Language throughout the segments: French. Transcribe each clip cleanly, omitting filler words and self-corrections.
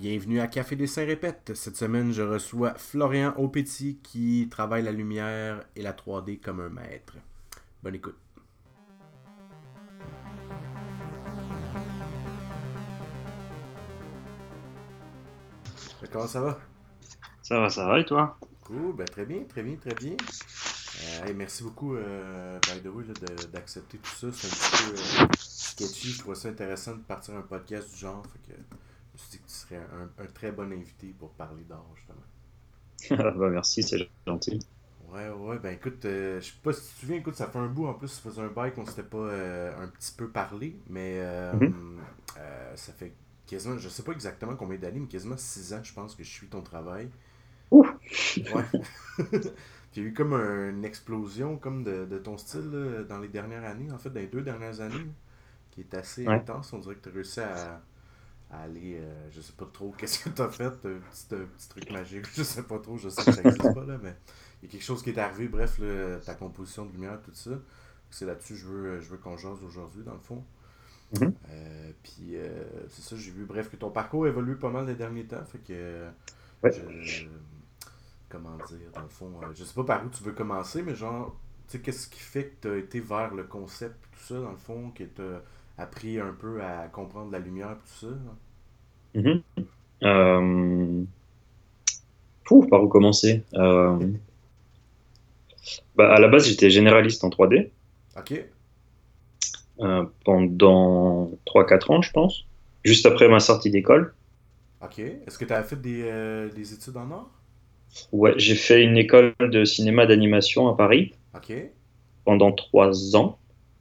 Bienvenue à Café Dessin Répète. Cette semaine, je reçois Florian Aupetit qui travaille la lumière et la 3D comme un maître. Bonne écoute. Comment ça va? Ça va et toi? Cool, ben très bien, très bien, très bien. Hey, merci beaucoup, by the way, là, d'accepter tout ça. C'est un petit peu sketchy. Je trouvais ça intéressant de partir un podcast du genre. Fait que je me suis dit que tu serais un très bon invité pour parler d'art, justement. Bah merci, c'est gentil. Ouais, ben écoute, je sais pas si tu te souviens, écoute, ça fait un bout en plus, ça faisait un bail qu'on s'était pas un petit peu parlé, mais Mhm. ça fait quasiment, je sais pas exactement combien d'années, mais quasiment 6 ans, je pense, que je suis ton travail. Ouh. Ouais. Il y a eu comme une explosion comme de ton style là, dans les dernières années, en fait, dans les 2 dernières années, là, qui est assez Ouais. intense. On dirait que tu as réussi à aller, je sais pas trop, qu'est-ce que tu as fait, un petit truc magique, je sais pas trop, je sais que ça existe pas là, mais il y a quelque chose qui est arrivé, bref, là, ta composition de lumière, tout ça. C'est là-dessus que je veux qu'on jase aujourd'hui, dans le fond. Mhm. Puis c'est ça, j'ai vu, bref, que ton parcours a évolué pas mal les derniers temps, fait que Ouais. je. Comment dire, dans le fond, je sais pas par où tu veux commencer, mais genre, tu sais, qu'est-ce qui fait que tu as été vers le concept, tout ça, dans le fond, que tu as appris un peu à comprendre la lumière, tout ça, là? Mhm. Euh, Par où commencer? À la base, j'étais généraliste en 3D Ok, pendant 3 4 ans, je pense, juste après ma sortie d'école. ok. Est-ce que tu as fait des études en art? Ouais, j'ai fait une école de cinéma d'animation à Paris Ok, pendant 3 ans.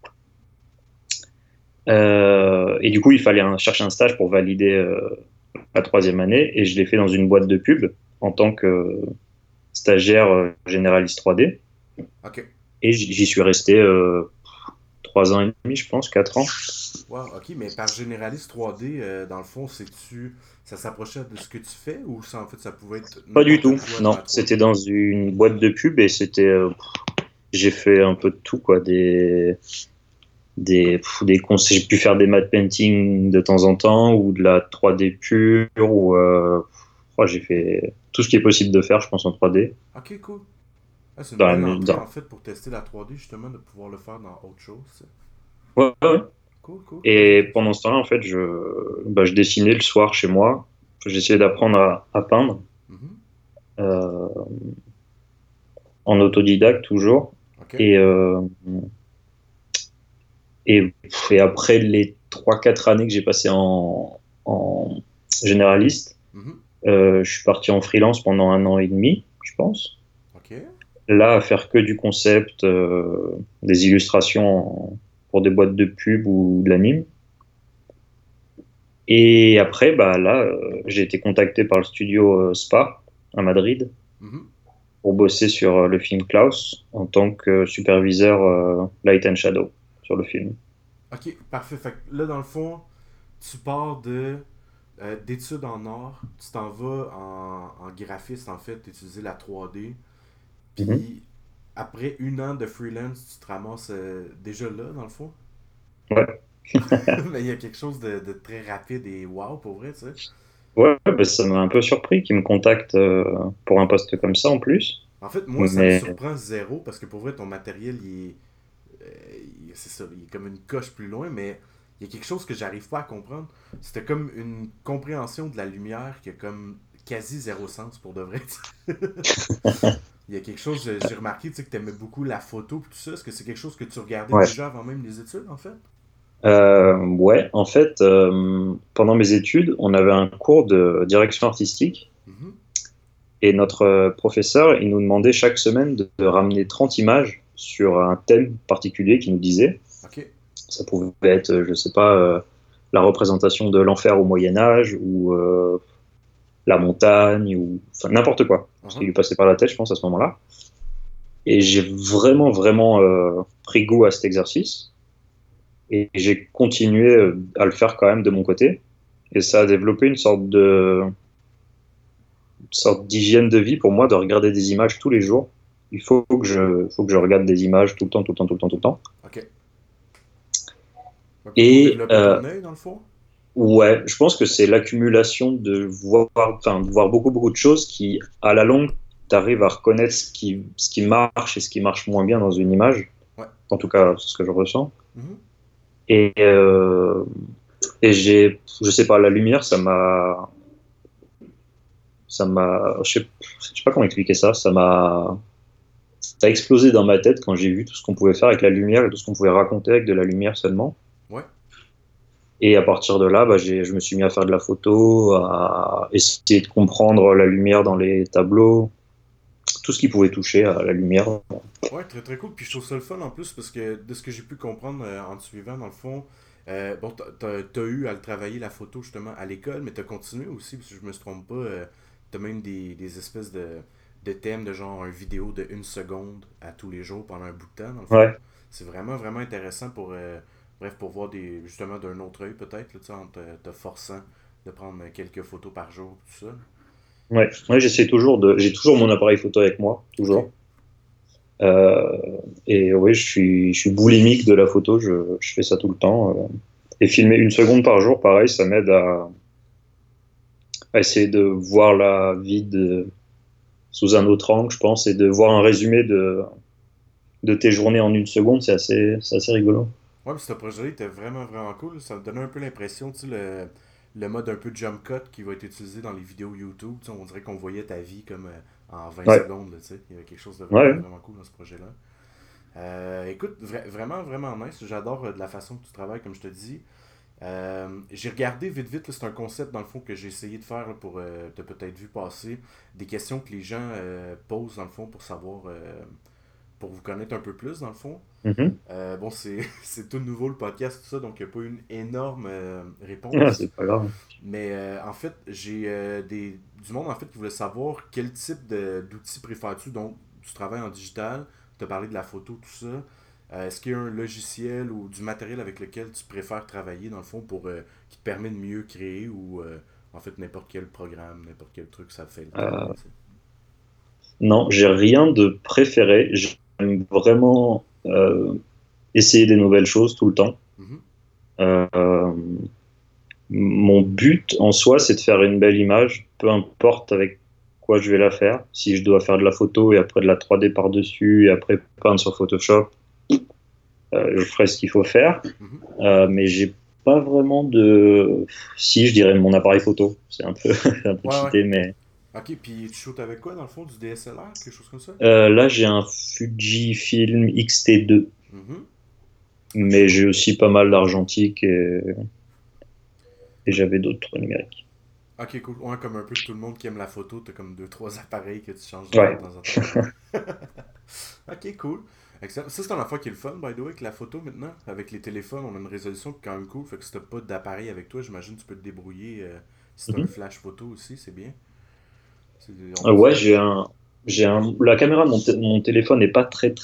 Et du coup, il fallait chercher un stage pour valider la troisième année, et je l'ai fait dans une boîte de pub en tant que stagiaire généraliste 3D. ok. Et j'y suis resté 3 ans et demi, je pense, 4 ans. Wow, ok, mais par généraliste 3D, dans le fond, ça s'approchait de ce que tu fais ou ça, en fait, ça pouvait être Pas du n'importe tout. quoi dans Non, la 3D? c'était dans une boîte de pub et c'était. J'ai fait un peu de tout, quoi. J'ai pu faire des matte painting de temps en temps ou de la 3D pure ou. J'ai fait tout ce qui est possible de faire, je pense, en 3D. Ok, cool. Ah, c'est une Dans la belle mu- entrée, dans- en fait, pour tester la 3D, justement, de pouvoir le faire dans autre chose. Ouais, ouais. Cool, cool. T'as fait Et quelque pendant chose? ce temps-là, en fait, je dessinais le soir chez moi. J'essayais d'apprendre à peindre Mhm. euh, en autodidacte toujours. Ok. Et, euh, et après les 3 4 années que j'ai passées en généraliste, Mhm. je suis parti en freelance pendant 1 an et demi, je pense. Ok. Là, à faire que du concept, des illustrations pour des boîtes de pub ou de l'anime. Et après, là, j'ai été contacté par le studio Spa à Madrid Mhm. pour bosser sur le film Klaus en tant que superviseur Light and Shadow sur le film. Ok, parfait. Fait que là, dans le fond, tu pars d'études en art, tu t'en vas en graphiste, en fait, utiliser la 3D. Mhm. Puis, après 1 an de freelance, tu te ramasses déjà là, dans le fond. Ouais. Mais il y a quelque chose de très rapide et wow, pour vrai, tu sais. Ouais, ça m'a un peu surpris qu'ils me contactent pour un poste comme ça en plus. En fait, moi, ça me Mais surprend zéro parce que pour vrai, ton matériel, c'est ça, il est comme une coche plus loin, mais il y a quelque chose que j'arrive pas à comprendre. C'était comme une compréhension de la lumière qui a comme quasi zéro sens pour de vrai. Il y a quelque chose, j'ai remarqué, tu sais, que tu aimais beaucoup la photo et tout ça. Est-ce que c'est quelque chose que tu regardais ouais. déjà avant même les études, en fait? Ouais, en fait, pendant mes études, on avait un cours de direction artistique Mhm. et notre professeur, il nous demandait chaque semaine de ramener 30 images sur un thème particulier qu'il nous disait. Ok. Ça pouvait être, je sais pas, la représentation de l'enfer au Moyen Âge ou la montagne ou enfin n'importe quoi. Ce qui Mhm. lui passait par la tête, je pense, à ce moment-là. Et j'ai vraiment, vraiment pris goût à cet exercice. Et j'ai continué à le faire quand même de mon côté. Et ça a développé une sorte d'hygiène de vie pour moi de regarder des images tous les jours. Il faut que je regarde des images tout le temps, tout le temps, tout le temps, tout le temps. Ok. Donc, pour Et développer ton œil, dans le fond? Ouais, je pense que c'est l'accumulation de voir beaucoup, beaucoup de choses qui, à la longue, tu arrives à reconnaître ce qui marche et ce qui marche moins bien dans une image. Ouais. En tout cas, c'est ce que je ressens. Mhm. Et, euh, et je sais pas, la lumière, je sais pas comment expliquer ça, ça a explosé dans ma tête quand j'ai vu tout ce qu'on pouvait faire avec la lumière et tout ce qu'on pouvait raconter avec de la lumière seulement. Ouais. Et à partir de là, je me suis mis à faire de la photo, à essayer de comprendre la lumière dans les tableaux, tout ce qui pouvait toucher à la lumière. Ouais, très très cool. Puis je trouve ça le fun en plus parce que de ce que j'ai pu comprendre en te suivant, dans le fond, bon, t'as eu à le travailler la photo justement à l'école, mais t'as continué aussi, parce que je me trompe pas, t'as même des espèces de thèmes de genre une vidéo de 1 seconde à tous les jours pendant un bout de temps, dans le fond. Ouais, C'est vraiment vraiment intéressant pour, bref, pour voir justement d'un autre œil peut-être, là, tu sais, en te forçant de prendre quelques photos par jour, tout ça. ouais, j'ai toujours mon appareil photo avec moi, Ok. toujours. Euh, et oui, je suis boulimique de la photo, je fais ça tout le temps. Et filmer 1 seconde par jour, pareil, ça m'aide à essayer de voir la vie sous un autre angle, je pense, et de voir un résumé de tes journées en 1 seconde, c'est assez rigolo. Ouais, mais ce projet-là était vraiment, vraiment cool. Ça me donnait un peu l'impression, tu sais, le mode un peu jump cut qui va être utilisé dans les vidéos YouTube. Tu sais, on dirait qu'on voyait ta vie comme en 20 Ouais, secondes, là, tu sais. Il y avait quelque chose de vraiment, ouais. vraiment cool dans ce projet-là. Écoute, vraiment, vraiment nice. J'adore de la façon que tu travailles, comme je te dis. J'ai regardé vite, vite, là, c'est un concept dans le fond que j'ai essayé de faire là, pour te peut-être vu passer. Des questions que les gens posent dans le fond pour savoir, pour vous connaître un peu plus dans le fond. Mhm. Bon, c'est tout nouveau le podcast, tout ça, donc il n'y a pas eu une énorme Ah, réponse. c'est pas grave. Mais en fait, j'ai du monde en fait qui voulait savoir quel type d'outils préfères-tu. Donc, tu travailles en digital, tu as parlé de la photo, tout ça. Est-ce qu'il y a un logiciel ou du matériel avec lequel tu préfères travailler dans le fond pour qui te permet de mieux créer ou en fait n'importe quel programme, n'importe quel truc, ça fait le travail, Euh, tu sais. non, j'ai rien de préféré. J'aime vraiment essayer des nouvelles choses tout le temps. Mhm. Euh, Mon but en soi, c'est de faire une belle image, peu importe avec quoi je vais la faire. Si je dois faire de la photo et après de la 3D par-dessus et après peindre sur Photoshop, je ferai ce qu'il faut faire. Mhm. Mais j'ai pas vraiment de. Si, je dirais mon appareil photo. C'est un peu, un peu Ouais, ouais. cheaté, mais Ok, puis tu shootes avec quoi dans le fond? Du DSLR, quelque chose comme ça? là j'ai un Fujifilm X-T2, Mhm. Ok, mais cool. j'ai aussi pas mal d'argentique et j'avais d'autres numériques. Ok, cool. Ouais, comme un peu tout le monde qui aime la photo, t'as comme deux, trois appareils que tu changes de Ouais. temps en temps. Ok, cool. Excellent. Ça, c'est une affaire qui est le fun, by the way, avec la photo maintenant. Avec les téléphones, on a une résolution qui est quand même cool. Fait que si t'as pas d'appareil avec toi, j'imagine que tu peux te débrouiller. Si t'as un Mhm. flash photo aussi, c'est bien. On peut Ouais, dire. la caméra de mon téléphone n'est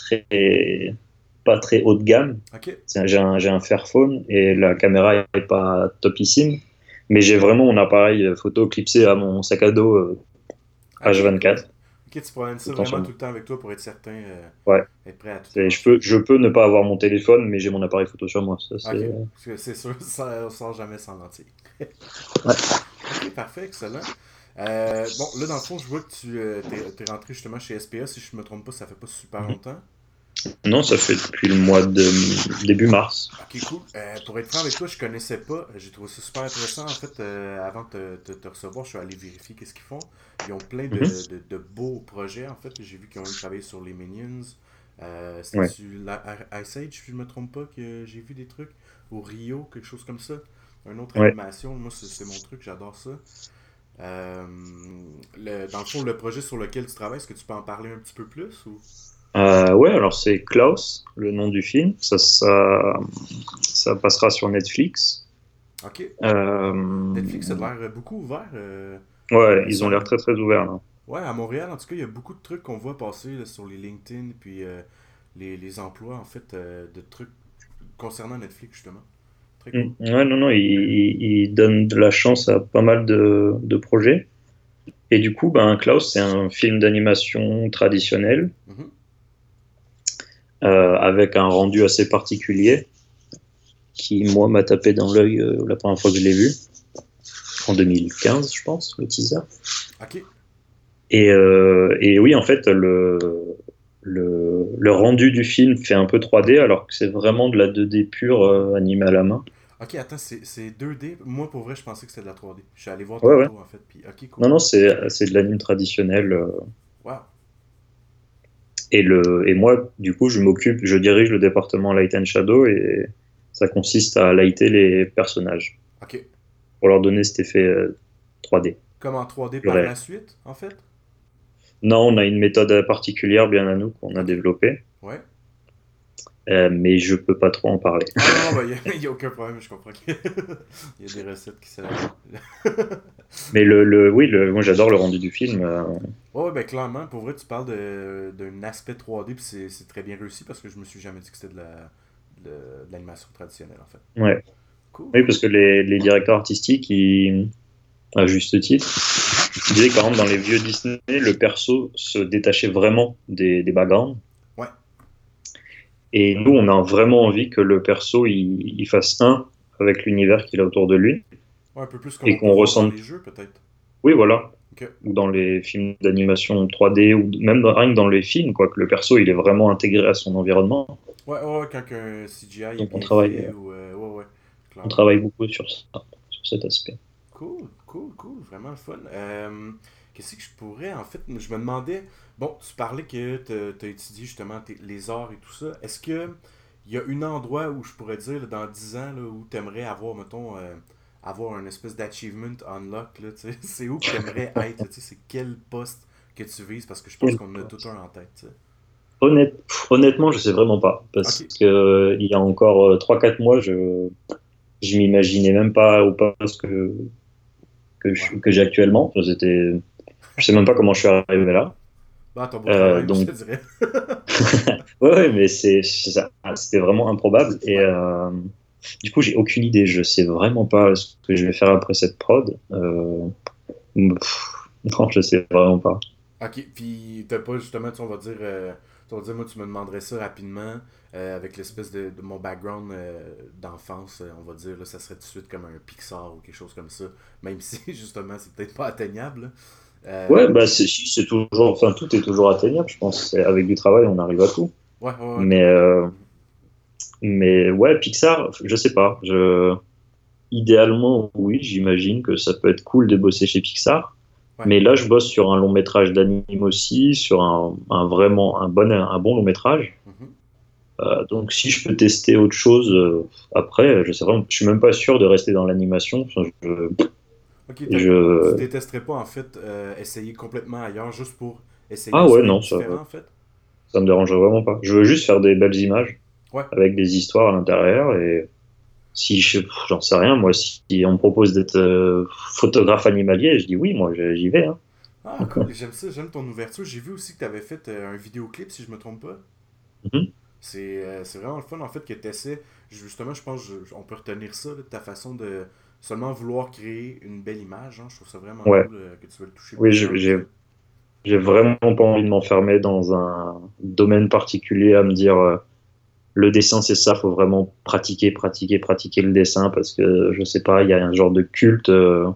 pas très haut de gamme. Ok. J'ai un Fairphone et Mhm. la caméra est pas topissime. Mais j'ai vraiment mon appareil photo clipsé à mon sac à dos Ok, cool. H24 Ok, tu promènes tout ça le temps sur vraiment moi. tout le temps avec toi pour être certain, Ouais. être prêt à tout éventualité. Je peux ne pas avoir mon téléphone, mais j'ai mon appareil photo sur moi. Ça, Ok, c'est. parce que c'est sûr, ça ne sort jamais sans lentilles. Ouais. Ok, parfait, excellent. Bon, là, dans le fond, je vois que t'es rentré justement chez SPS. Si je me trompe pas, ça fait pas super Mhm. longtemps. Non, ça fait depuis le mois de début mars. Ok, cool. Pour être franc avec toi, je connaissais pas. J'ai trouvé ça super intéressant. En fait, avant de te recevoir, je suis allé vérifier qu'est-ce qu'ils font. Ils ont plein Mhm. de beaux projets, en fait. J'ai vu qu'ils ont même travaillé sur les Minions. Ouais. C'était-tu la Ice Age, si je me trompe pas, que j'ai vu des trucs. Ou Rio, quelque chose comme ça. Une autre Ouais. animation. Moi, c'est mon truc, j'adore ça. Euh, dans le fond, le projet sur lequel tu travailles, est-ce que tu peux en parler un petit peu plus ou... Ouais, alors c'est Klaus, le nom du film. Ça passera sur Netflix. Ok. Netflix a Euh, l'air beaucoup ouvert ouais, ils ont l'air récemment. très très ouverts là. Ouais, à Montréal, en tout cas, il y a beaucoup de trucs qu'on voit passer là, sur les LinkedIn, puis les emplois, en fait, de trucs concernant Netflix, justement. Très cool. Ouais, non, non, ils donnent de la chance à pas mal de projets. Et du coup, ben, Klaus, c'est un film d'animation traditionnel Mhm. avec un rendu assez particulier. qui, moi, m'a tapé dans l'œil la première fois que je l'ai vu, en 2015, je pense, le teaser. Ok. Et oui, en fait, le rendu du film fait un peu 3D, alors que c'est vraiment de la 2D pure animée à la main. Ok, attends, c'est 2D. Moi, pour vrai, je pensais que c'était de la 3D. Je suis allé voir Ouais, ouais. tantôt, en fait. Puis, ok, cool. Non, non, c'est de l'anime traditionnel. Wow. Et moi, du coup, je dirige le département Light and Shadow et ça consiste à lighter les personnages Ok. pour leur donner cet effet 3D, Comme en 3D plus par réel. la suite, en fait. Non, on a une méthode particulière bien à nous qu'on a Ok. développée, Ouais. mais je peux pas trop en parler. Ah non, non, bah, y a aucun problème, je comprends qu'il y a des recettes qui s'ajoutent. Mais oui, moi j'adore le rendu du film. Ouais, ouais, ben clairement, pour vrai, tu parles d'un aspect 3D, puis c'est très bien réussi parce que je me suis jamais dit que c'était de l'animation traditionnelle, en fait. Ouais. Cool, Oui, cool. parce que les directeurs artistiques, à juste titre, Mhm. ils disaient quand même dans les vieux Disney, le perso se détachait vraiment des backgrounds. Ouais. Et nous, on a vraiment envie que le perso il fasse un avec l'univers qu'il a autour de lui Ouais, un peu plus comme et on peut qu'on voir dans ressente. les jeux, peut-être. Oui, voilà. Ok. Ou dans les films d'animation 3D ou même rien que dans les films, quoi, que le perso il est vraiment intégré à son environnement. Ouais, ouais, ouais, quand un CGI est Donc bien fait, ou. Ouais, ouais, on clairement. travaille beaucoup sur ça, sur cet aspect. Cool, cool, cool, vraiment le fun. Qu'est-ce que je pourrais, en fait, je me demandais, bon, tu parlais que tu as étudié justement les arts et tout ça. Est-ce que il y a un endroit où je pourrais dire, là, dans 10 ans, là, où tu aimerais avoir, mettons, avoir un espèce d'achievement unlock, là, tu sais, c'est où que tu aimerais être, là, tu sais, c'est quel poste que tu vises, parce que je pense Quel qu'on en a tout un poste. en tête, tu sais. Honnêtement, je sais vraiment pas. Ok, Parce que il y a encore 3-4 mois, je m'imaginais même pas au poste ouais. que j'ai actuellement. Je sais même pas comment je suis arrivé là. Bah, ton beau travail, moi, je Donc, te dirais. ouais, mais c'était vraiment improbable. Et Ouais. du coup, j'ai aucune idée. Je sais vraiment pas ce que je vais faire après cette prod. Non, je sais vraiment pas. Ok, puis t'as pas justement, tu vas dire, moi tu me demanderais ça rapidement, avec l'espèce de mon background d'enfance, on va dire, là, ça serait tout de suite comme un Pixar ou quelque chose comme ça, même si justement c'est peut-être pas atteignable. Là. Ouais, bah Euh, c'est toujours, enfin tout est toujours atteignable. Je pense. Avec du travail, on arrive à tout. ouais, ouais, ouais, Mais complètement. mais ouais, Pixar, je sais pas. Idéalement, oui, j'imagine que ça peut être cool de bosser chez Pixar. Ouais. Mais là, je bosse sur un long métrage d'anime aussi, sur vraiment un bon long métrage. Mhm. Donc, si je peux tester autre chose après, je sais vraiment, je suis même pas sûr de rester dans l'animation. Enfin, Ok, tu je... détesterais pas en fait essayer complètement ailleurs juste pour essayer Ah aussi ouais, d'être non, différent en fait? ça me dérangerait vraiment pas. Je veux juste faire des belles images Ouais. avec des histoires à l'intérieur et si j'en sais rien, moi, si on me propose d'être photographe animalier, je dis oui, moi, j'y vais, hein. Ah, cool, j'aime ça, j'aime ton ouverture. J'ai vu aussi que tu avais fait un vidéoclip, si je me trompe pas. Mhm. C'est vraiment le fun en fait que tu essaies. Justement, je pense on peut retenir ça, là, de ta façon de seulement vouloir créer une belle image. Hein. Je trouve ça vraiment Ouais, cool que tu veux toucher oui, plusieurs. j'ai vraiment pas envie de m'enfermer dans un domaine particulier à me dire le dessin c'est ça, faut vraiment pratiquer le dessin parce que je sais pas, il y a un genre de culte.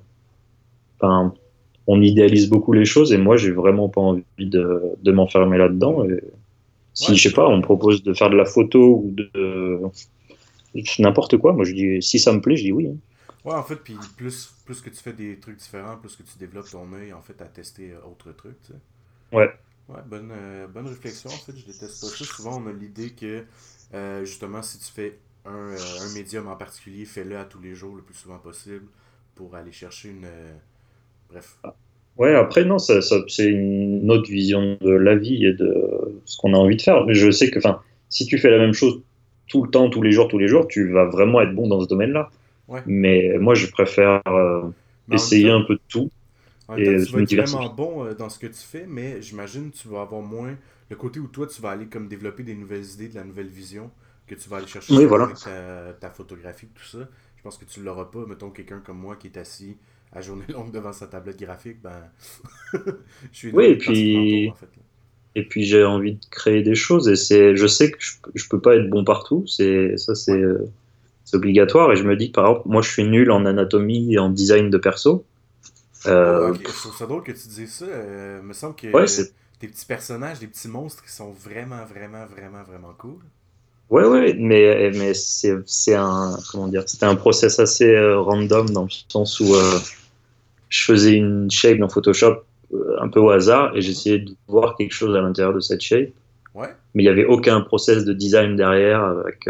Enfin, on idéalise beaucoup les choses et moi j'ai vraiment pas envie de m'enfermer là-dedans. Et si Ouais, je sais pas, on me propose de faire de la photo ou de n'importe quoi, moi je dis si ça me plaît, je dis oui, hein. ouais, en fait, puis plus que tu fais des trucs différents, plus que tu développes ton œil en fait à tester autre trucs, tu sais. Ouais, Ouais, bonne réflexion en fait, je déteste pas ça. Souvent on a l'idée que justement si tu fais un médium en particulier, fais-le à tous les jours le plus souvent possible pour aller chercher une. Bref. ouais. Après non, c'est une autre vision de la vie et de ce qu'on a envie de faire. Mais je sais que, enfin, si tu fais la même chose tout le temps, tous les jours, tu vas vraiment être bon dans ce domaine-là. Ouais. Mais moi, je préfère Mais essayer un peu de tout en même temps, et tu vas me être vraiment diversifier. bon dans ce que tu fais, mais j'imagine que tu vas avoir moins le côté où toi, tu vas aller comme développer des nouvelles idées, de la nouvelle vision, que tu vas aller chercher Oui, justement voilà. avec ta photographie, tout ça. Je pense que tu l'auras pas. Mettons quelqu'un comme moi qui est assis à journée longue devant sa tablette graphique, ben, je suis Oui, éloigné de partir tantôt, en fait. Là. et puis j'ai envie de créer des choses et je sais que je peux pas être bon partout. C'est ça, Ouais. c'est obligatoire. Et je me dis que par exemple, moi je suis nul en anatomie et en design de perso. Oh, Euh, ok, je trouve ça drôle que tu dises ça. Me semble ouais, que tes petits personnages, des petits monstres qui sont vraiment, vraiment, vraiment, vraiment cool. ouais, mais c'est un, comment dire, c'était un process assez random dans le sens où je faisais une shape dans Photoshop un peu au hasard et Mhm. j'essayais de voir quelque chose à l'intérieur de cette shape. Ouais. Mais il n'y avait aucun process de design derrière, avec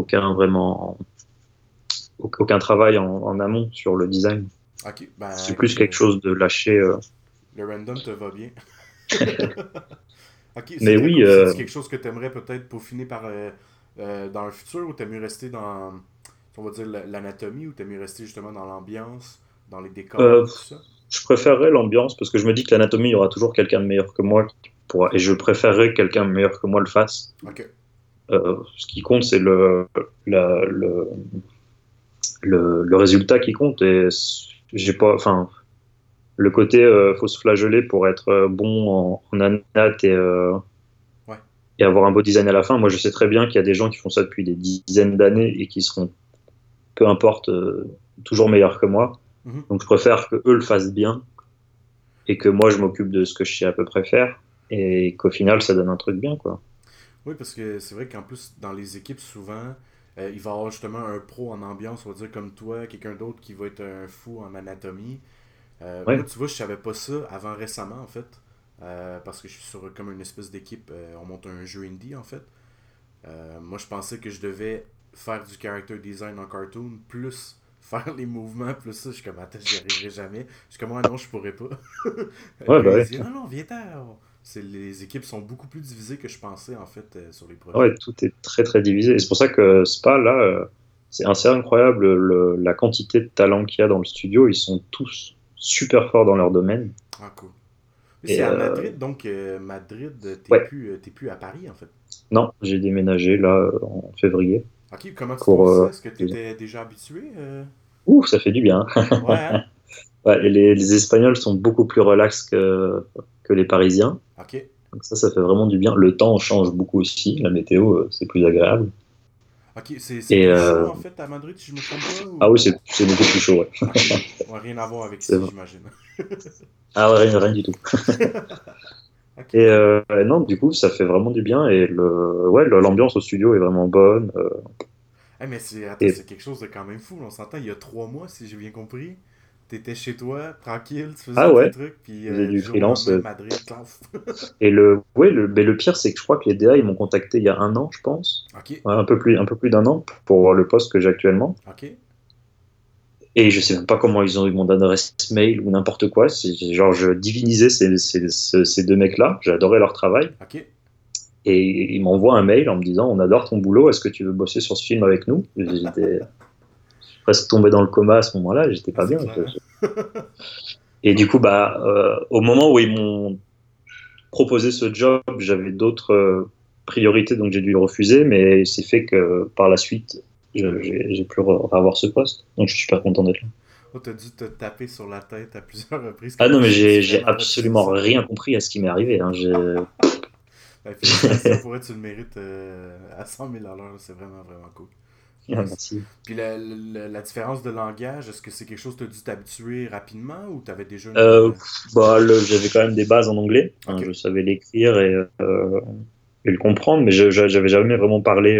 aucun travail en amont sur le design. Ok, ben C'est plus écoute, quelque chose de lâché. le random te va bien. Ok, c'est Mais très oui, cool. C'est quelque chose que tu aimerais peut-être peaufiner dans le futur ou t'aimes mieux rester dans, on va dire, l'anatomie ou t'aimes mieux rester justement dans l'ambiance, dans les décors euh, et tout ça? je préférerais l'ambiance parce que je me dis que l'anatomie, il y aura toujours quelqu'un de meilleur que moi qui pourra, et je préférerais que quelqu'un de meilleur que moi le fasse. Ok. Ce qui compte, c'est la- le, le résultat qui compte. Et j'ai pas, enfin, le côté faut se flageller pour être bon en anat Ouais. et avoir un beau design à la fin. Moi, je sais très bien qu'il y a des gens qui font ça depuis des dizaines d'années et qui seront, peu importe, toujours meilleurs que moi. Mhm. Donc, je préfère que eux le fassent bien et que moi, je m'occupe de ce que je sais à peu près faire et qu'au final, ça donne un truc bien, quoi. Oui, parce que c'est vrai qu'en plus, dans les équipes, souvent, il va y avoir justement un pro en ambiance, on va dire comme toi, quelqu'un d'autre qui va être un fou en anatomie. Moi, Ouais, tu vois, je savais pas ça avant récemment, en fait. Parce que je suis sur comme une espèce d'équipe, on monte un jeu indie, en fait. Moi, je pensais que je devais faire du character design en cartoon, plus faire les mouvements, plus ça. Je suis comme, attends, j'y arriverai jamais. Je suis comme, ah non, je pourrais pas. ouais, Puis là, bah il ouais. dit, non, non, viens-t'en. Les équipes sont beaucoup plus divisées que je pensais, en fait, sur les projets. Ouais, tout est très, très divisé. Et c'est pour ça que Spa, là, c'est assez incroyable la quantité de talents qu'il y a dans le studio. Ils sont tous super forts dans leur domaine. Ah, cool. Oui, c'est Et à Madrid, donc Madrid, ouais, t'es plus à Paris, en fait. non, j'ai déménagé là en février Ok, comment tu trouves pour ça? Est-ce que 2 ans. t'étais déjà habitué? Ouh, ça fait du bien. Ouais, hein? Ouais, et les Espagnols sont beaucoup plus relax que les Parisiens. Ok. Donc ça fait vraiment du bien. Le temps change beaucoup aussi. La météo, c'est plus agréable. Ok, c'est Et plus chaud, en fait, à Madrid, si je me trompe pas, ah oui, ou... c'est beaucoup plus chaud. Ouais. Ok. Ouais, rien à voir avec C'est ici, vrai. j'imagine. Ah ouais, rien du tout. Ok, Et cool. non, du coup, ça fait vraiment du bien. Et ouais, l'ambiance au studio est vraiment bonne. Eh, mais attends, Et c'est quelque chose de quand même fou. On s'entend, il y a 3 mois, si j'ai bien compris. T'étais chez toi, tranquille, tu faisais ah tes ouais, trucs, puis je faisais du du jour au freelance. lendemain, Madrid, claf. Et mais le pire, c'est que je crois que les DA, ils m'ont contacté il y a un an, je pense. Ok, Ouais, un peu plus d'un an pour le poste que j'ai actuellement. ok, Et je sais même pas comment ils ont eu mon adresse mail ou n'importe quoi. Genre, je divinisais ces deux mecs-là. J'adorais leur travail. ok. Et ils m'envoient un mail en me disant, on adore ton boulot. Est-ce que tu veux bosser sur ce film avec nous? J'étais presque tombé dans le coma à ce moment-là. J'étais Ah, pas c'est bien. clair. Et du coup, bah, au moment où ils m'ont proposé ce job, j'avais d'autres priorités, donc j'ai dû le refuser. Mais c'est fait que par la suite, j'ai pu avoir ce poste. Donc je suis super content d'être là. Oh, t'as dû te taper sur la tête à plusieurs reprises, Ah comme non, mais j'ai-tu j'ai vraiment refusé absolument ça? rien compris à ce qui m'est arrivé. Hein. Ben, félicitations pour être, tu le mérites à 100 000 à l'heure, c'est vraiment, vraiment cool. Ah, Nice. merci. Puis la différence de langage, est-ce que c'est quelque chose que tu as dû t'habituer rapidement ou tu avais déjà une. Euh, Bah, j'avais quand même des bases en anglais. Enfin, Ok, je savais l'écrire et le comprendre, mais j'avais jamais vraiment parlé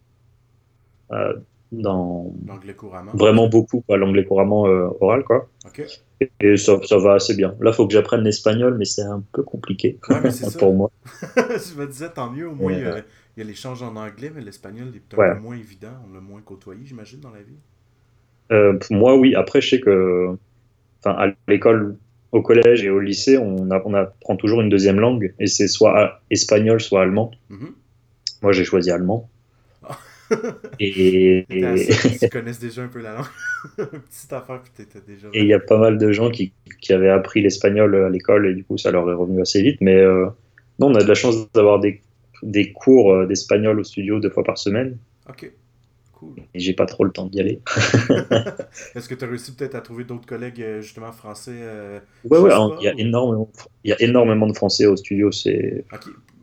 euh, dans l'anglais couramment, on va vraiment dire. beaucoup, quoi, l'anglais couramment oral, quoi. Ok. Et ça va assez bien. Là, faut que j'apprenne l'espagnol, mais c'est un peu compliqué Ouais, mais c'est ça. pour moi. Je me disais, tant mieux, au moins Et, il y a l'échange en anglais, mais l'espagnol est un peu ouais. moins évident. On l'a moins côtoyé, j'imagine, dans la vie. Pour moi, oui. Après, je sais que, enfin, à l'école, au collège et au lycée, on apprend toujours une deuxième langue, et c'est soit espagnol, soit allemand. Mhm. Moi, j'ai choisi allemand. Ah. T'étais Et assez pour que tu connaisses déjà un peu la langue. Une petite affaire, puis t'étais déjà. et il y a pas mal de gens qui avaient appris l'espagnol à l'école, et du coup, ça leur est revenu assez vite. Mais non, on a de la chance d'avoir des cours d'espagnol au studio 2 fois par semaine, Ok, cool. et j'ai pas trop le temps d'y aller. Est-ce que tu as réussi peut-être à trouver d'autres collègues, justement, français Ouais, chez ouais, Spa ou... il y a énormément de Français au studio. C'est Ok.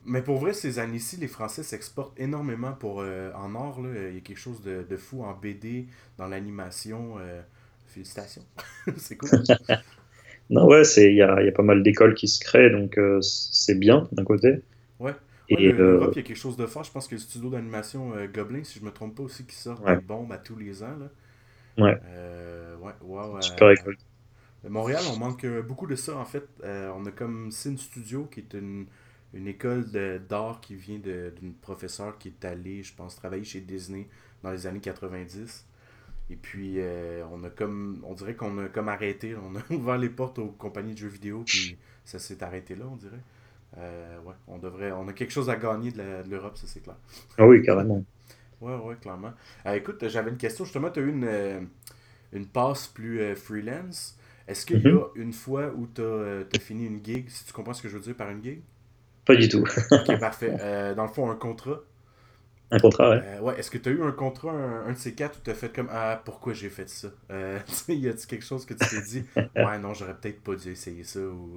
Mais pour vrai, ces années-ci, les Français s'exportent énormément en art. Là. Il y a quelque chose de fou en BD, dans l'animation. Félicitations. C'est cool. Non, ouais, il y a pas mal d'écoles qui se créent, donc c'est bien d'un côté. Ouais. Ouais, Et l'Europe, il y a quelque chose de fort. Je pense que le studio d'animation Goblin, si je me trompe pas aussi, qui sort des ouais, bombes à tous les ans. Là. ouais, Ouais, wow, super école. Montréal, on manque beaucoup de ça en fait. On a comme Cine Studio, qui est une école d'art qui vient d'une professeure qui est allée, je pense, travailler chez Disney dans les années 90. Et puis, on dirait qu'on a comme arrêté. On a ouvert les portes aux compagnies de jeux vidéo, puis ça s'est arrêté là, on dirait. Ouais, on a quelque chose à gagner de l'Europe, ça c'est clair. Ah oui, carrément. Ouais, ouais, clairement. Écoute, j'avais une question. Justement, tu as eu une passe plus freelance. Est-ce qu'il y Mhm. a une fois où tu as fini une gig, si tu comprends ce que je veux dire par une gig? Pas du tout. Ok, parfait. Dans le fond, un contrat. Un contrat, ouais. Ouais, est-ce que tu as eu un contrat, un de ces quatre, où tu as fait comme ah, pourquoi j'ai fait ça? Tu sais, y a-t-il quelque chose que tu t'es dit, ouais, non, j'aurais peut-être pas dû essayer ça ou.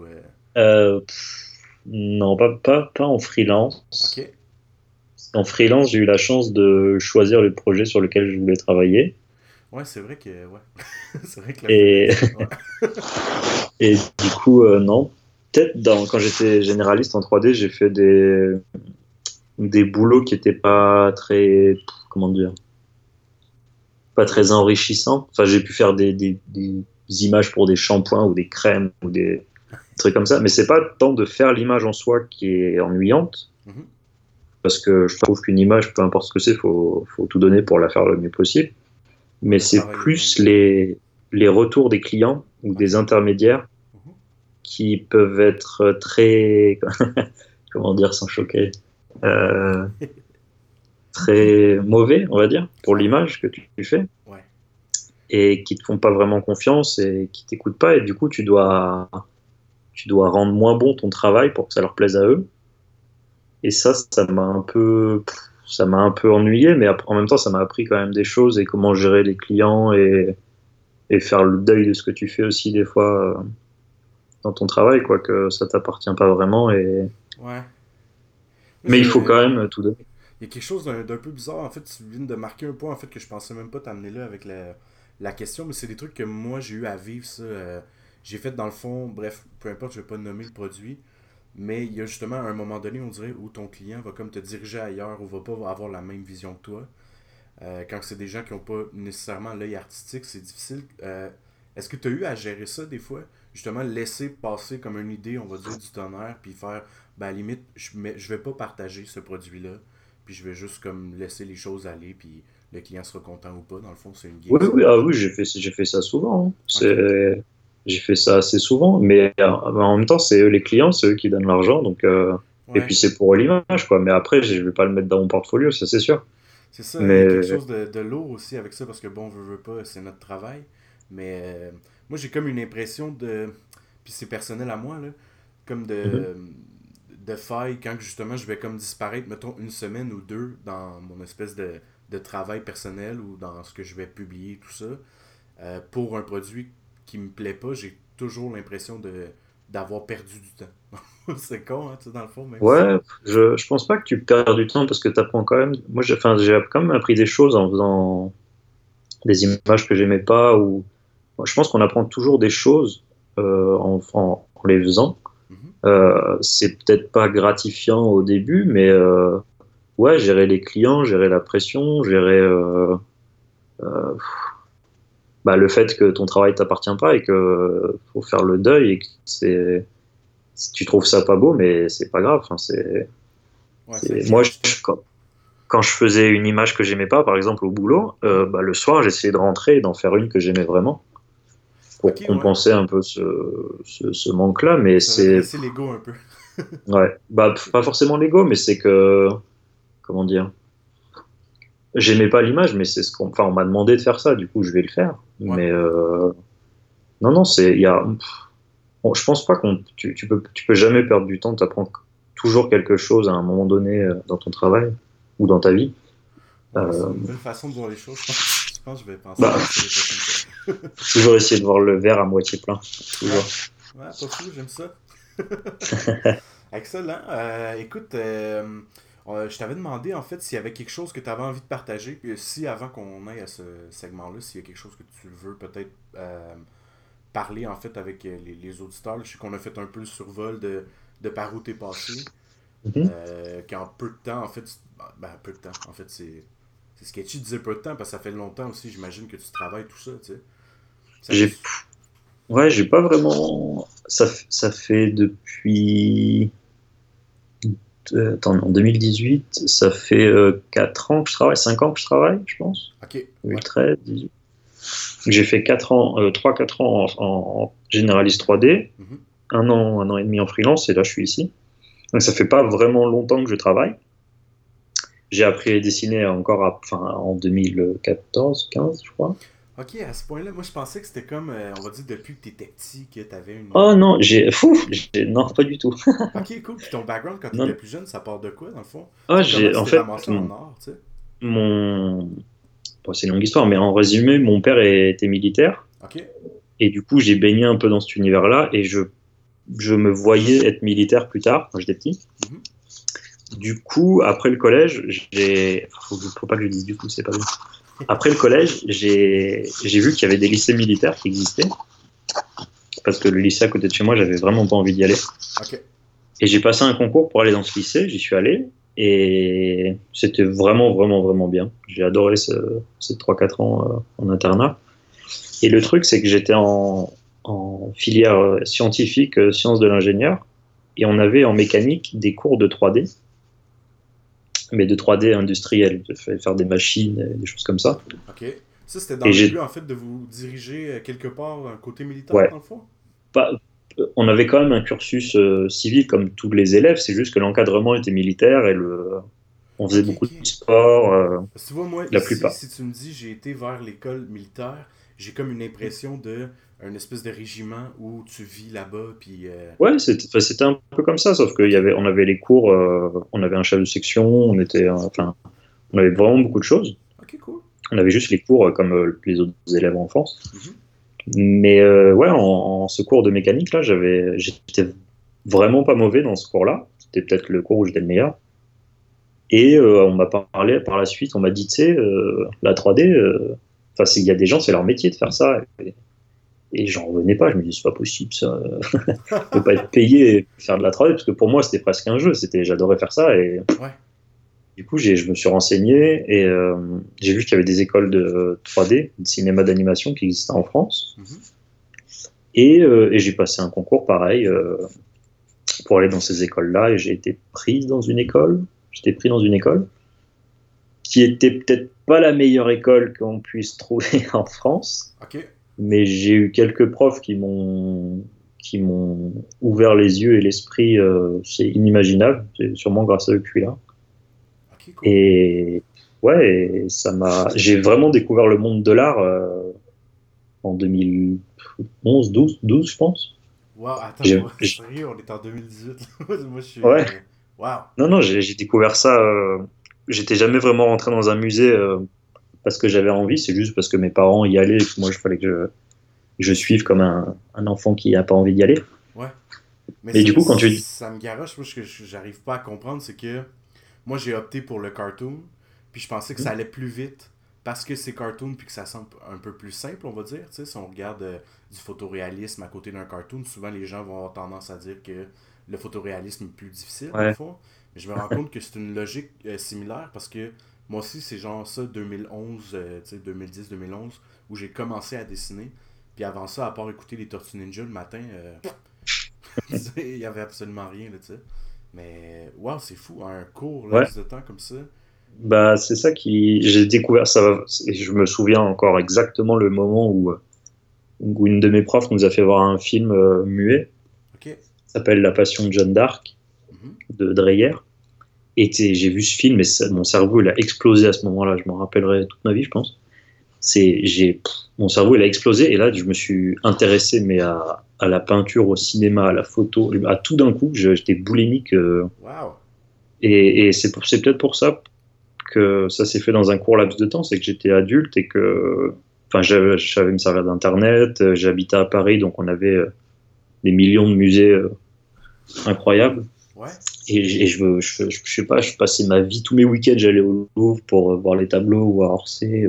Non, pas en Ok. freelance. En freelance, j'ai eu la chance de choisir le projet sur lequel je voulais travailler. Ouais, c'est vrai que. Ouais. C'est vrai que le Et, freelance. Ouais. et du coup, non. Peut-être quand j'étais généraliste en 3D, j'ai fait des boulots qui n'étaient pas très, comment dire, pas très enrichissants. Enfin, j'ai pu faire des images pour des shampoings ou des crèmes ou des trucs comme ça. Mais c'est pas tant de faire l'image en soi qui est ennuyante, Mhm. parce que je trouve qu'une image, peu importe ce que c'est, faut tout donner pour la faire le mieux possible. Ouais, Mais le c'est travail est bien plus fait. les retours des clients ou Ok. des intermédiaires Mhm. qui peuvent être très, comment dire sans choquer, euh, très mauvais, on va dire, pour Ouais. l'image que tu fais, Ouais. et qui te font pas vraiment confiance et qui t'écoutent pas, et du coup tu dois rendre moins bon ton travail pour que ça leur plaise à eux. Et ça m'a un peu ennuyé, mais en même temps ça m'a appris quand même des choses et comment gérer les clients et faire le deuil de ce que tu fais aussi des fois dans ton travail, quoi, que ça t'appartient pas vraiment. Ouais. Moi, Mais il faut quand même tout donner. Il y a quelque chose d'un peu bizarre. En fait, tu viens de marquer un point en fait que je pensais même pas t'amener là avec la question, mais c'est des trucs que moi j'ai eu à vivre ça. J'ai fait dans le fond, bref, peu importe, je vais pas nommer le produit, mais il y a justement un moment donné, on dirait, où ton client va comme te diriger ailleurs ou va pas avoir la même vision que toi. Quand c'est des gens qui n'ont pas nécessairement l'œil artistique, c'est difficile. Est-ce que tu as eu à gérer ça des fois? Justement, laisser passer comme une idée, on va dire, du tonnerre, puis faire, ben à la limite, je vais pas partager ce produit-là, puis je vais juste comme laisser les choses aller, puis le client sera content ou pas. Dans le fond, c'est une gig, Oui, c'est oui, tout. ah oui, j'ai fait ça souvent, hein. Ok. J'ai fait ça assez souvent, mais en même temps, c'est eux les clients, c'est eux qui donnent l'argent, donc et Ouais. puis c'est pour l'image, quoi. Mais après, je vais pas le mettre dans mon portfolio, ça c'est sûr. C'est ça, il y a quelque Mais chose de lourd aussi avec ça, parce que bon, veut pas, c'est notre travail. Mais moi, j'ai comme une impression de. Puis c'est personnel à moi, là. Comme mhm. de faille quand justement je vais comme disparaître, mettons, une semaine ou deux dans mon espèce de travail personnel ou dans ce que je vais publier, tout ça. Pour un produit qui me plaît pas, j'ai toujours l'impression d'avoir perdu du temps. C'est con, hein, tu sais, dans le fond, même si. Ouais, je pense pas que tu perds du temps parce que tu apprends quand même. Moi, enfin, j'ai quand même appris des choses en faisant des images que j'aimais pas. Ou moi, je pense qu'on apprend toujours des choses en les faisant. Mhm. C'est peut-être pas gratifiant au début, mais ouais, gérer les clients, gérer la pression, gérer bah, le fait que ton travail t'appartient pas et que faut faire le deuil et que si tu trouves ça pas beau, mais c'est pas grave. Enfin, Ouais, ça moi, change pas. quand je faisais une image que j'aimais pas, par exemple au boulot, Mhm. bah, le soir, j'essayais de rentrer et d'en faire une que j'aimais vraiment pour Ok, ouais. compenser un peu ce manque-là. Mais Se c'est, redresser l'ego un peu. ouais, bah, Ok. pas forcément l'ego, mais c'est que, comment dire, j'aimais pas l'image, mais c'est enfin, on m'a demandé de faire ça, du coup, je vais le faire. Ouais. Mais non, non, bon, je pense pas tu peux jamais perdre du temps, tu apprends toujours quelque chose à un moment donné dans ton travail ou dans ta vie. Ouais, c'est Euh, une belle façon de voir les choses, je pense. Je pense que je vais penser bah, faire ça les prochaines fois. toujours essayer de voir le verre à moitié plein, Ouais. toujours. Ouais, pas fou, j'aime ça. Excellent. Écoute, je t'avais demandé en fait s'il y avait quelque chose que tu avais envie de partager, puis si avant qu'on aille à ce segment-là, s'il y a quelque chose que tu veux peut-être parler en fait avec les auditeurs. Là, je sais qu'on a fait un peu le survol de par où t'es passé, Mhm. qu'en peu de temps en fait, ben peu de temps, en fait c'est sketchy de dire peu de temps parce que ça fait longtemps aussi, j'imagine que tu travailles tout ça, tu sais. Ça fait. J'ai, ouais, j'ai pas vraiment. Ça fait depuis. Attends, en 2018, ça fait 4 ans que je travaille, 5 ans que je travaille, je pense. Ok, ouais. 2013, 18. J'ai fait 4 ans, 3-4 ans en généraliste 3D, Mhm. 1 an et demi en freelance, et là je suis ici. Donc ça fait pas vraiment longtemps que je travaille. J'ai appris à dessiner encore en 2014, 15, je crois. Ok, à ce point-là, moi je pensais que c'était comme, on va dire, depuis que t'étais petit, que t'avais une. Oh non, non, pas du tout. Ok, cool. Puis ton background quand t'étais Non, plus jeune, ça part de quoi dans le fond? ah, Tu sais, comment tu en t'es fait, ramassé en art, tu sais? mon, bon, c'est une longue histoire, mais en résumé, mon père était militaire. Ok. Et du coup, j'ai baigné un peu dans cet univers-là et je me voyais être militaire plus tard, quand j'étais petit. Mhm. Du coup, après le collège, faut pas que je dise du coup, c'est pas bien. Après le collège, j'ai vu qu'il y avait des lycées militaires qui existaient. Parce que le lycée à côté de chez moi, j'avais vraiment pas envie d'y aller. Ok. Et j'ai passé un concours pour aller dans ce lycée, j'y suis allé. Et c'était vraiment, vraiment, vraiment bien. J'ai adoré ces 3-4 ans en internat. Et le truc, c'est que j'étais en filière scientifique, sciences de l'ingénieur, et on avait en mécanique des cours de 3D, mais de 3D industriel, de faire des machines, des choses comme ça. Ok. Ça, c'était dans Et le but, j'ai, en fait, de vous diriger quelque part un côté militaire, ouais, dans le fond? pas, on avait quand même un cursus civil comme tous les élèves, c'est juste que l'encadrement était militaire et on faisait Ok, beaucoup de ok. sport, Parce que tu vois, moi, la ici, plupart. si tu me dis j'ai été vers l'école militaire, j'ai comme une impression de un espèce de régiment où tu vis là-bas, puis. Ouais, c'était un peu comme ça, sauf Ok. on avait les cours, on avait un chef de section, on avait vraiment beaucoup de choses. Ok, cool. On avait juste les cours comme les autres élèves en France. Mhm. Mais ouais, en ce cours de mécanique, là, j'étais vraiment pas mauvais dans ce cours-là. C'était peut-être le cours où j'étais le meilleur. Et on m'a parlé par la suite, on m'a dit, tu sais, la 3D, il y a des gens, c'est leur métier de faire ça. Et j'en revenais pas, je me dis, c'est pas possible ça. Je peux pas être payé et faire de la 3D, parce que pour moi, c'était presque un jeu. J'adorais faire ça. Et Ouais. du coup, je me suis renseigné et j'ai vu qu'il y avait des écoles de 3D, de cinéma d'animation qui existaient en France. Mhm. Et j'ai passé un concours pareil pour aller dans ces écoles-là et j'ai été pris dans une école. J'étais pris dans une école qui était peut-être pas la meilleure école qu'on puisse trouver en France, Ok. mais j'ai eu quelques profs qui m'ont ouvert les yeux et l'esprit. C'est inimaginable. C'est sûrement grâce à eux que je suis là. Ok, cool. Et ouais, j'ai vraiment découvert le monde de l'art en 2011, 12, je pense. Wow, attends, J'ai- moi, j'ai- sérieux, on est en 2018. Moi, je suis. ouais, Wow. non, non, j'ai découvert ça. J'étais jamais vraiment rentré dans un musée parce que j'avais envie, c'est juste parce que mes parents y allaient et que moi, il fallait que je Mais suive comme un enfant qui n'a pas envie d'y aller. ouais. Mais Mais du coup, quand tu. ça me garoche. Moi, ce que j'arrive pas à comprendre, c'est que moi, j'ai opté pour le cartoon, puis je pensais que ça allait plus vite parce que c'est cartoon, puis que ça semble un peu plus simple, on va dire. Tu sais, si on regarde du photoréalisme à côté d'un cartoon, souvent les gens vont avoir tendance à dire que le photoréalisme est plus difficile, dans le Ouais, fond. Mais je me rends compte que c'est une logique similaire parce que moi aussi, c'est genre ça, 2011, tu sais, 2010-2011, où j'ai commencé à dessiner. Puis avant ça, à part écouter les Tortues Ninja le matin, il y avait absolument rien, là, tu sais. Mais, waouh, c'est fou, un court ouais. laps de temps comme ça. Bah, c'est ça qui. J'ai découvert ça. Et je me souviens encore exactement le moment où une de mes profs nous a fait voir un film muet, Ok. qui s'appelle La Passion de Jeanne d'Arc, Mhm. de Dreyer. Et j'ai vu ce film et mon cerveau il a explosé à ce moment-là. Je m'en rappellerai toute ma vie, je pense. Mon cerveau il a explosé et là je me suis intéressé mais à la peinture, au cinéma, à la photo, à tout d'un coup. J'étais boulimique Waouh. et c'est peut-être pour ça que ça s'est fait dans un court laps de temps. C'est que j'étais adulte et que enfin je savais me servir d'internet. J'habitais à Paris donc on avait des millions de musées incroyables. Ouais. Et je sais pas, je passais ma vie, tous mes week-ends, j'allais au Louvre pour voir les tableaux ou à Orsay.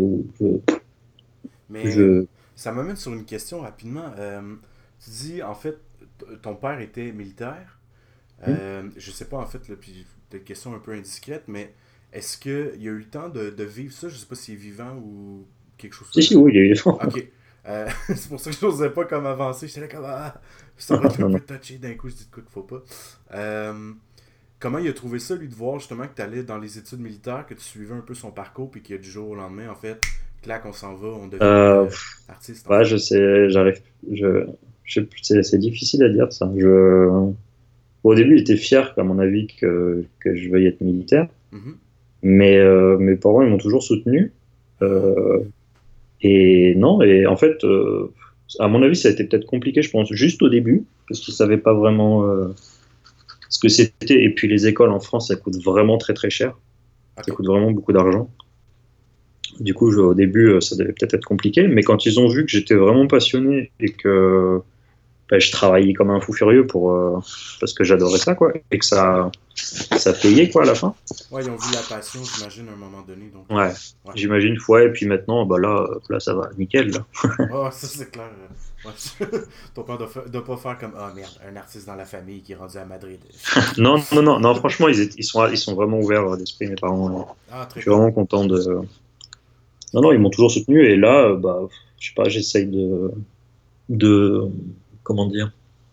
Mais Je... ça m'amène sur une question rapidement. Tu dis, en fait, ton père était militaire. Je sais pas, en fait, là, puis peut-être question un peu indiscrète, mais est-ce qu'il y a eu le temps de vivre ça? Je sais pas s'il est vivant ou quelque chose Si, comme si, ça. oui, il y a eu des fois. Ok. C'est pour ça que je n'osais pas comme avancer. J'étais là comme, ça va être un Non, peu non. touché d'un coup. Je dis, écoute, faut pas. Comment il a trouvé ça, lui, de voir justement que tu allais dans les études militaires, que tu suivais un peu son parcours, puis qu'il y a du jour au lendemain, en fait, clac, on s'en va, on devient Euh, artiste, en ouais, fait. je sais, j'arrive. C'est difficile à dire ça. Au début, il était fier, à mon avis, que je veuille être militaire. Mhm. Mais mes parents, ils m'ont toujours soutenu. Ah, Euh, cool. et non, et en fait, à mon avis, ça a été peut-être compliqué, je pense, juste au début, parce qu'ils ne savaient pas vraiment ce que c'était. Et puis les écoles en France, ça coûte vraiment très très cher. Ça Ok. coûte vraiment beaucoup d'argent. Du coup, au début, ça devait peut-être être compliqué. Mais quand ils ont vu que j'étais vraiment passionné et que ben, je travaillais comme un fou furieux parce que j'adorais ça, quoi, et que ça payait, quoi, à la fin. Ouais, ils ont vu la passion, j'imagine, à un moment donné, donc, Ouais, ouais. j'imagine, ouais, et puis maintenant, bah là, ça va, nickel, là. Oh, ça c'est clair. Ouais. Ton père doit pas faire comme, ah merde, un artiste dans la famille qui est rendu à Madrid. Fuck. Non, non, non, non, franchement, ils sont vraiment ouverts d'esprit, mes parents. Ah, Je très suis cool. vraiment content de. Non, non, ils m'ont toujours soutenu, et là, bah, je sais pas, j'essaye de, comment dire,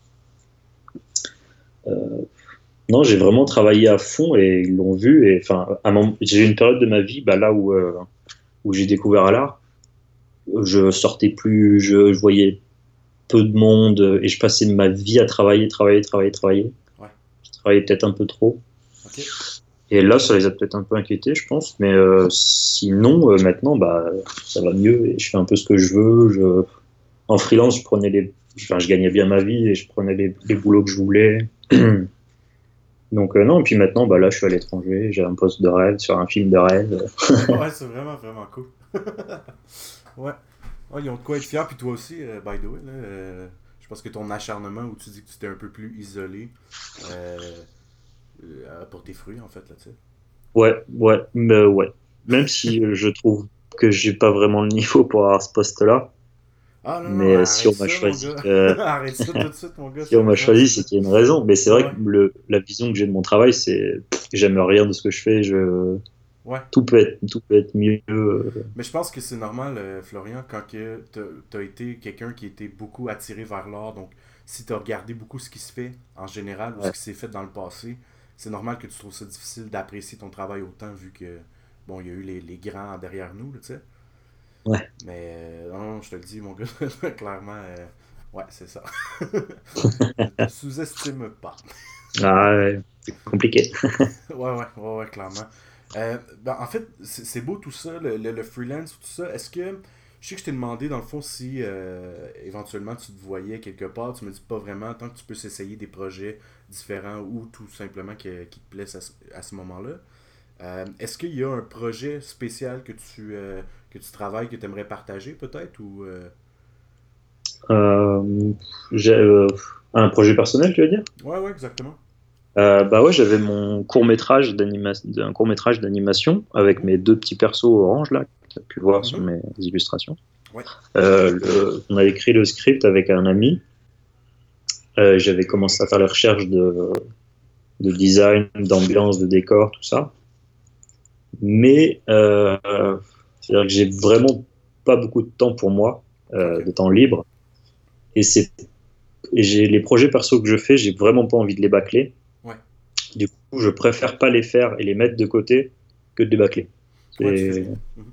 non, j'ai vraiment travaillé à fond et ils l'ont vu. Et enfin, j'ai eu une période de ma vie, bah, là où j'ai découvert l'art. Je sortais plus, je voyais peu de monde et je passais ma vie à travailler, travailler, travailler, travailler. Ouais. Je travaillais peut-être un peu trop. Ok. Et là, ça les a peut-être un peu inquiétés, je pense. Mais sinon, maintenant, bah, ça va mieux et je fais un peu ce que je veux. En freelance, je gagnais bien ma vie et je prenais les boulots que je voulais. Donc non, et puis maintenant, bah, là, je suis à l'étranger, j'ai un poste de rêve sur un film de rêve. Ouais, c'est vraiment, vraiment cool. Ouais. Ouais, ils ont de quoi être fiers, puis toi aussi, by the way, là, je pense que ton acharnement où tu dis que tu étais un peu plus isolé euh, a porté fruit, en fait, là, tu sais. Ouais, ouais, mais ouais. Même si je trouve que j'ai pas vraiment le niveau pour avoir ce poste-là, Ah non, non, mais si arrête on m'a ça, mon choisi, gars. Arrête ça tout de suite, mon gars, si c'est on m'a choisi, rendu là. c'est qu'il y a une raison. Mais c'est vrai Ouais, que la vision que j'ai de mon travail, c'est j'aime rien de ce que je fais. ouais. Tout peut être mieux. Mais je pense que c'est normal, Florian, quand que t'as été quelqu'un qui était beaucoup attiré vers l'art. Donc, si t'as regardé beaucoup ce qui se fait en général ou ce Ouais, qui s'est fait dans le passé, c'est normal que tu trouves ça difficile d'apprécier ton travail autant vu que, bon, il y a eu les grands derrière nous, là, tu sais. ouais. Mais, non, je te le dis, mon gars, clairement, ouais, c'est ça. Ne te sous-estime pas. Ah, ouais, c'est compliqué. Ouais, clairement. Ben, en fait, c'est beau tout ça, le freelance, tout ça. Est-ce que. Je sais que je t'ai demandé, dans le fond, si éventuellement tu te voyais quelque part. Tu me dis pas vraiment, tant que tu peux s'essayer des projets différents ou tout simplement qui te plaisent à ce moment-là. Est-ce qu'il y a un projet spécial que tu travailles, que tu aimerais partager peut-être ou Euh, j'ai un projet personnel, tu veux dire? Ouais, ouais, exactement. Bah ouais, j'avais mon un court-métrage d'animation avec Oh. mes deux petits persos orange là, que tu as pu voir sur Mhm. mes illustrations. Ouais. On a écrit le script avec un ami. J'avais commencé à faire les recherches de design, d'ambiance, de décor, tout ça. Mais c'est-à-dire que j'ai vraiment pas beaucoup de temps pour moi, Ok. de temps libre. Et j'ai les projets perso que je fais, j'ai vraiment pas envie de les bâcler. Ouais. Du coup, je préfère pas les faire et les mettre de côté que de les bâcler. Ouais, tu fais bien. C'est- Mhm.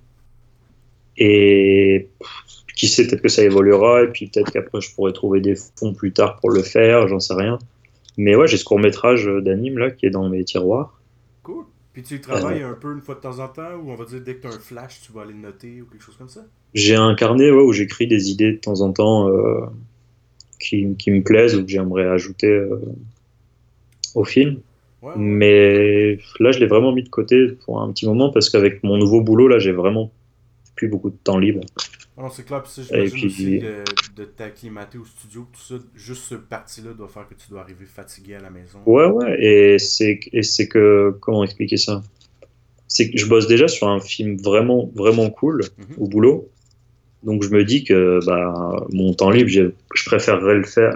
Et qui sait, peut-être que ça évoluera et puis peut-être qu'après je pourrais trouver des fonds plus tard pour le faire, j'en sais rien. Mais ouais, j'ai ce court-métrage d'anime là qui est dans mes tiroirs. Cool. Puis tu y Euh, travailles un peu une fois de temps en temps, ou on va dire dès que tu as un flash, tu vas aller le noter ou quelque chose comme ça? j'ai un carnet, ouais, où j'écris des idées de temps en temps qui me plaisent ou que j'aimerais ajouter au film. Ouais, ouais, ouais. Mais là, je l'ai vraiment mis de côté pour un petit moment parce qu'avec mon nouveau boulot, là, j'ai vraiment plus beaucoup de temps libre. Non, c'est clair, puis ça, Et j'imagine aussi puis, de t'acclimater au studio, tout ça, juste ce parti-là doit faire que tu dois arriver fatigué à la maison. ouais, et c'est que, comment expliquer ça? C'est que je bosse déjà sur un film vraiment, vraiment cool Mhm. au boulot. Donc je me dis que bah, mon temps libre, je préférerais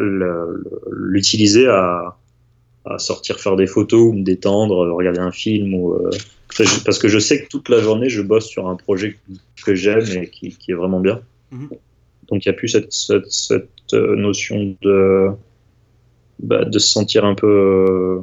l'utiliser à sortir faire des photos ou me détendre, regarder un film. Parce que je sais que toute la journée, je bosse sur un projet que j'aime et qui est vraiment bien. Mhm. Donc il n'y a plus cette notion de se sentir un peu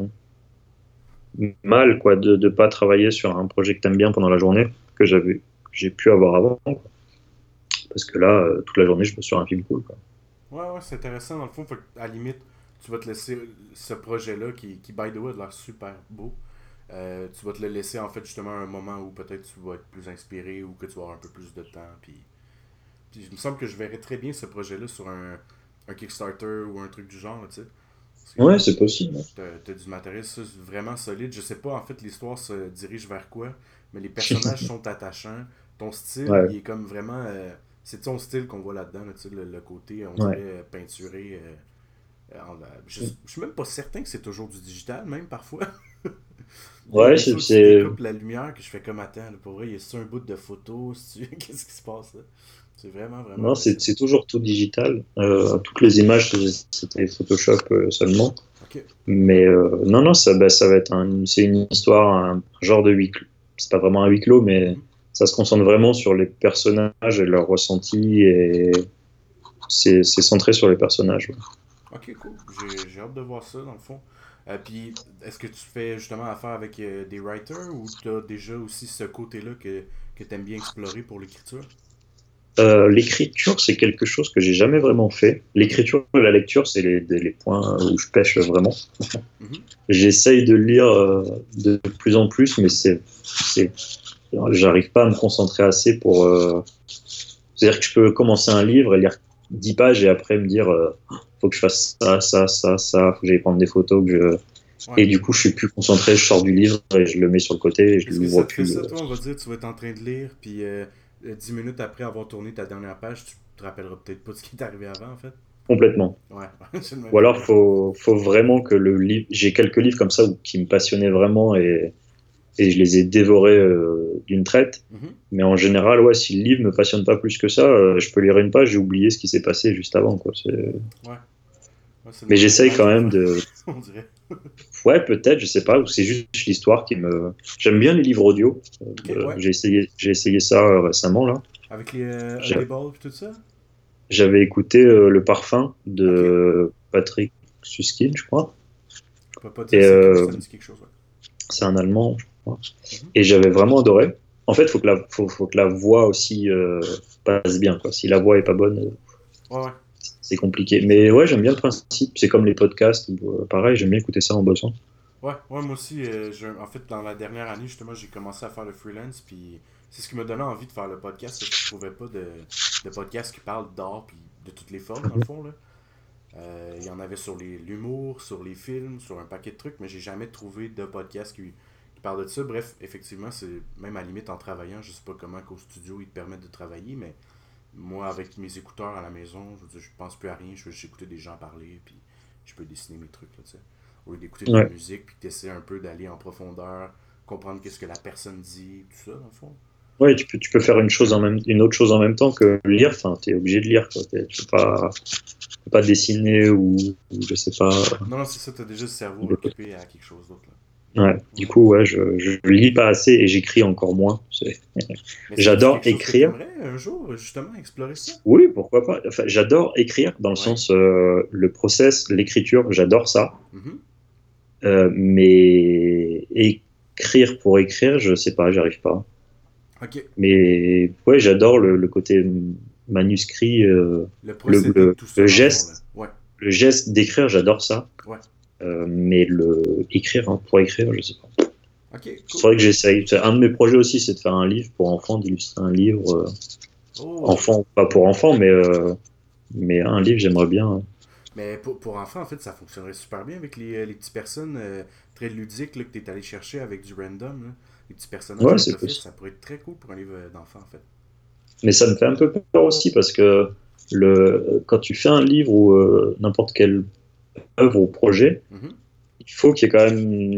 mal, quoi, de ne pas travailler sur un projet que tu aimes bien pendant la journée, que j'ai pu avoir avant. Parce que là, toute la journée, je bosse sur un film cool, quoi. Ouais, c'est intéressant, dans le fond, fait que, à la limite, tu vas te laisser ce projet-là, qui by the way, a l'air super beau. Tu vas te le laisser, en fait, justement, à un moment où peut-être tu vas être plus inspiré ou que tu vas avoir un peu plus de temps, puis il me semble que je verrais très bien ce projet-là sur un Kickstarter ou un truc du genre, là, tu sais. Parce que Ouais, c'est possible. t'as du matériel vraiment solide. Je sais pas, en fait, l'histoire se dirige vers quoi, mais les personnages sont attachants. Ton style, Ouais, il est comme vraiment. C'est ton style qu'on voit là-dedans, là, tu sais, le côté, on dirait, ouais. peinturé. Je suis même pas certain que c'est toujours du digital, même parfois. Il y a Ouais, des fois que tu découpes la lumière que je fais comme attends, là, pour vrai, il y a ça un bout de photo, qu'est-ce qui se passe là? C'est vraiment, vraiment non, impressionnant. c'est toujours tout digital. Toutes les images, c'était Photoshop seulement. Ok. Mais non, ça va être c'est une histoire, un genre de huis clos. C'est pas vraiment un huis clos, mais Mhm. ça se concentre vraiment sur les personnages et leurs ressentis et c'est centré sur les personnages. Ouais. Ok, cool. J'ai hâte de voir ça, dans le fond. Puis, est-ce que tu fais justement affaire avec des writers ou tu as déjà aussi ce côté-là que tu aimes bien explorer pour l'écriture? L'écriture, c'est quelque chose que j'ai jamais vraiment fait. Mhm. L'écriture et la lecture, c'est les points où je pêche vraiment. Mhm. J'essaye de lire de plus en plus, mais j'arrive pas à me concentrer assez pour. C'est-à-dire que je peux commencer un livre et lire 10 pages et après me dire, faut que je fasse ça, faut que j'aille prendre des photos, Ouais. et du coup, je suis plus concentré, je sors du livre et je le mets sur le côté et je Est-ce que l'ouvre ça te fait plus. ça, toi? On va dire, tu vas être en train de lire, puis 10 minutes après avoir tourné ta dernière page, tu te rappelleras peut-être pas de ce qui est arrivé avant, en fait. Complètement. Ouais, c'est le même Ou alors, problème. faut vraiment que le livre. J'ai quelques livres comme ça qui me passionnaient vraiment et je les ai dévorés d'une traite. Mhm. Mais en général, ouais, si le livre me passionne pas plus que ça, je peux lire une page, j'ai oublié ce qui s'est passé juste avant, quoi. Ouais, c'est le Mais mauvais j'essaye mélange quand des même fois, de. on dirait. Ouais, peut-être, je sais pas, ou c'est juste l'histoire qui me. J'aime bien les livres audio. Ok, ouais. J'ai essayé ça récemment là. Avec les J'a- Audible et tout ça? J'avais écouté Le Parfum Ok. de Patrick Suskind, je crois. Je peux pas Et dire c'est qui, mais ça me dit quelque chose, ouais. c'est un Allemand, je crois. Mhm. Et j'avais vraiment adoré. En fait, faut que la voix aussi passe bien, quoi. Si la voix est pas bonne, Ouais, ouais. c'est compliqué. Ça Mais peut ouais, être. j'aime bien le principe. C'est comme les podcasts. Pareil, j'aime bien écouter ça en bossant. Ouais, moi aussi, en fait, dans la dernière année, justement, j'ai commencé à faire le freelance, puis c'est ce qui m'a donné envie de faire le podcast, parce que je trouvais pas de podcast qui parle d'art, puis de toutes les formes, dans le Mhm. fond, là. Il y en avait sur l'humour, sur les films, sur un paquet de trucs, mais j'ai jamais trouvé de podcast qui parle de ça. Bref, effectivement, c'est même à la limite en travaillant, je sais pas comment qu'au studio ils te permettent de travailler, mais moi, avec mes écouteurs à la maison, je veux dire, je pense plus à rien, je veux juste écouter des gens parler, puis je peux dessiner mes trucs, là, tu sais. Au lieu d'écouter de la Ouais. musique, puis d'essayer un peu d'aller en profondeur, comprendre qu'est-ce que la personne dit, tout ça, dans le fond. Ouais, tu peux faire une autre chose en même temps que lire. Enfin, t'es obligé de lire, quoi. Tu peux pas dessiner ou je sais pas. Non, non, c'est ça, t'as déjà le cerveau occupé à quelque chose d'autre, là. Ouais. Du Ouais. coup, ouais, je lis pas assez et j'écris encore moins. Mais c'est J'adore quelque chose que écrire. t'aimerais un jour, justement, explorer ça? Oui, pourquoi pas. Enfin, j'adore écrire dans le Ouais. sens le process, l'écriture, j'adore ça. Mhm. Mais écrire pour écrire, je sais pas, j'arrive pas. Ok. Mais ouais, j'adore le côté manuscrit, Le procédé de tout le ça, dans le fond, là. geste, Ouais. le geste d'écrire, j'adore ça. Ouais. Mais écrire, hein, pour écrire, je sais pas. Ok, Il cool. faudrait que j'essaye. Un de mes projets aussi, c'est de faire un livre pour enfants, d'illustrer un livre. Oh! Enfant, pas pour enfants, mais un livre, j'aimerais bien. Ouais. Mais pour enfants, en fait, ça fonctionnerait super bien avec les petites personnes très ludiques là, que tu es allé chercher avec du random. Là. Les petits personnages Ouais, que tu c'est as fait, possible. ça pourrait être très cool pour un livre d'enfant, en fait. Mais ça me fait un peu peur aussi parce que quand tu fais un livre ou n'importe quelle œuvre ou projet, Mhm. il faut qu'il y ait quand même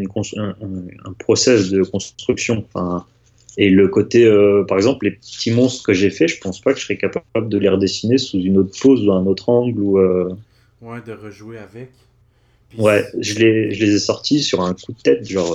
un process de construction. Enfin, et le côté, par exemple, les petits monstres que j'ai faits, je pense pas que je serais capable de les redessiner sous une autre pose ou un autre angle. Ouais, de rejouer avec. Puis, Ouais, je les ai sortis sur un coup de tête. Genre,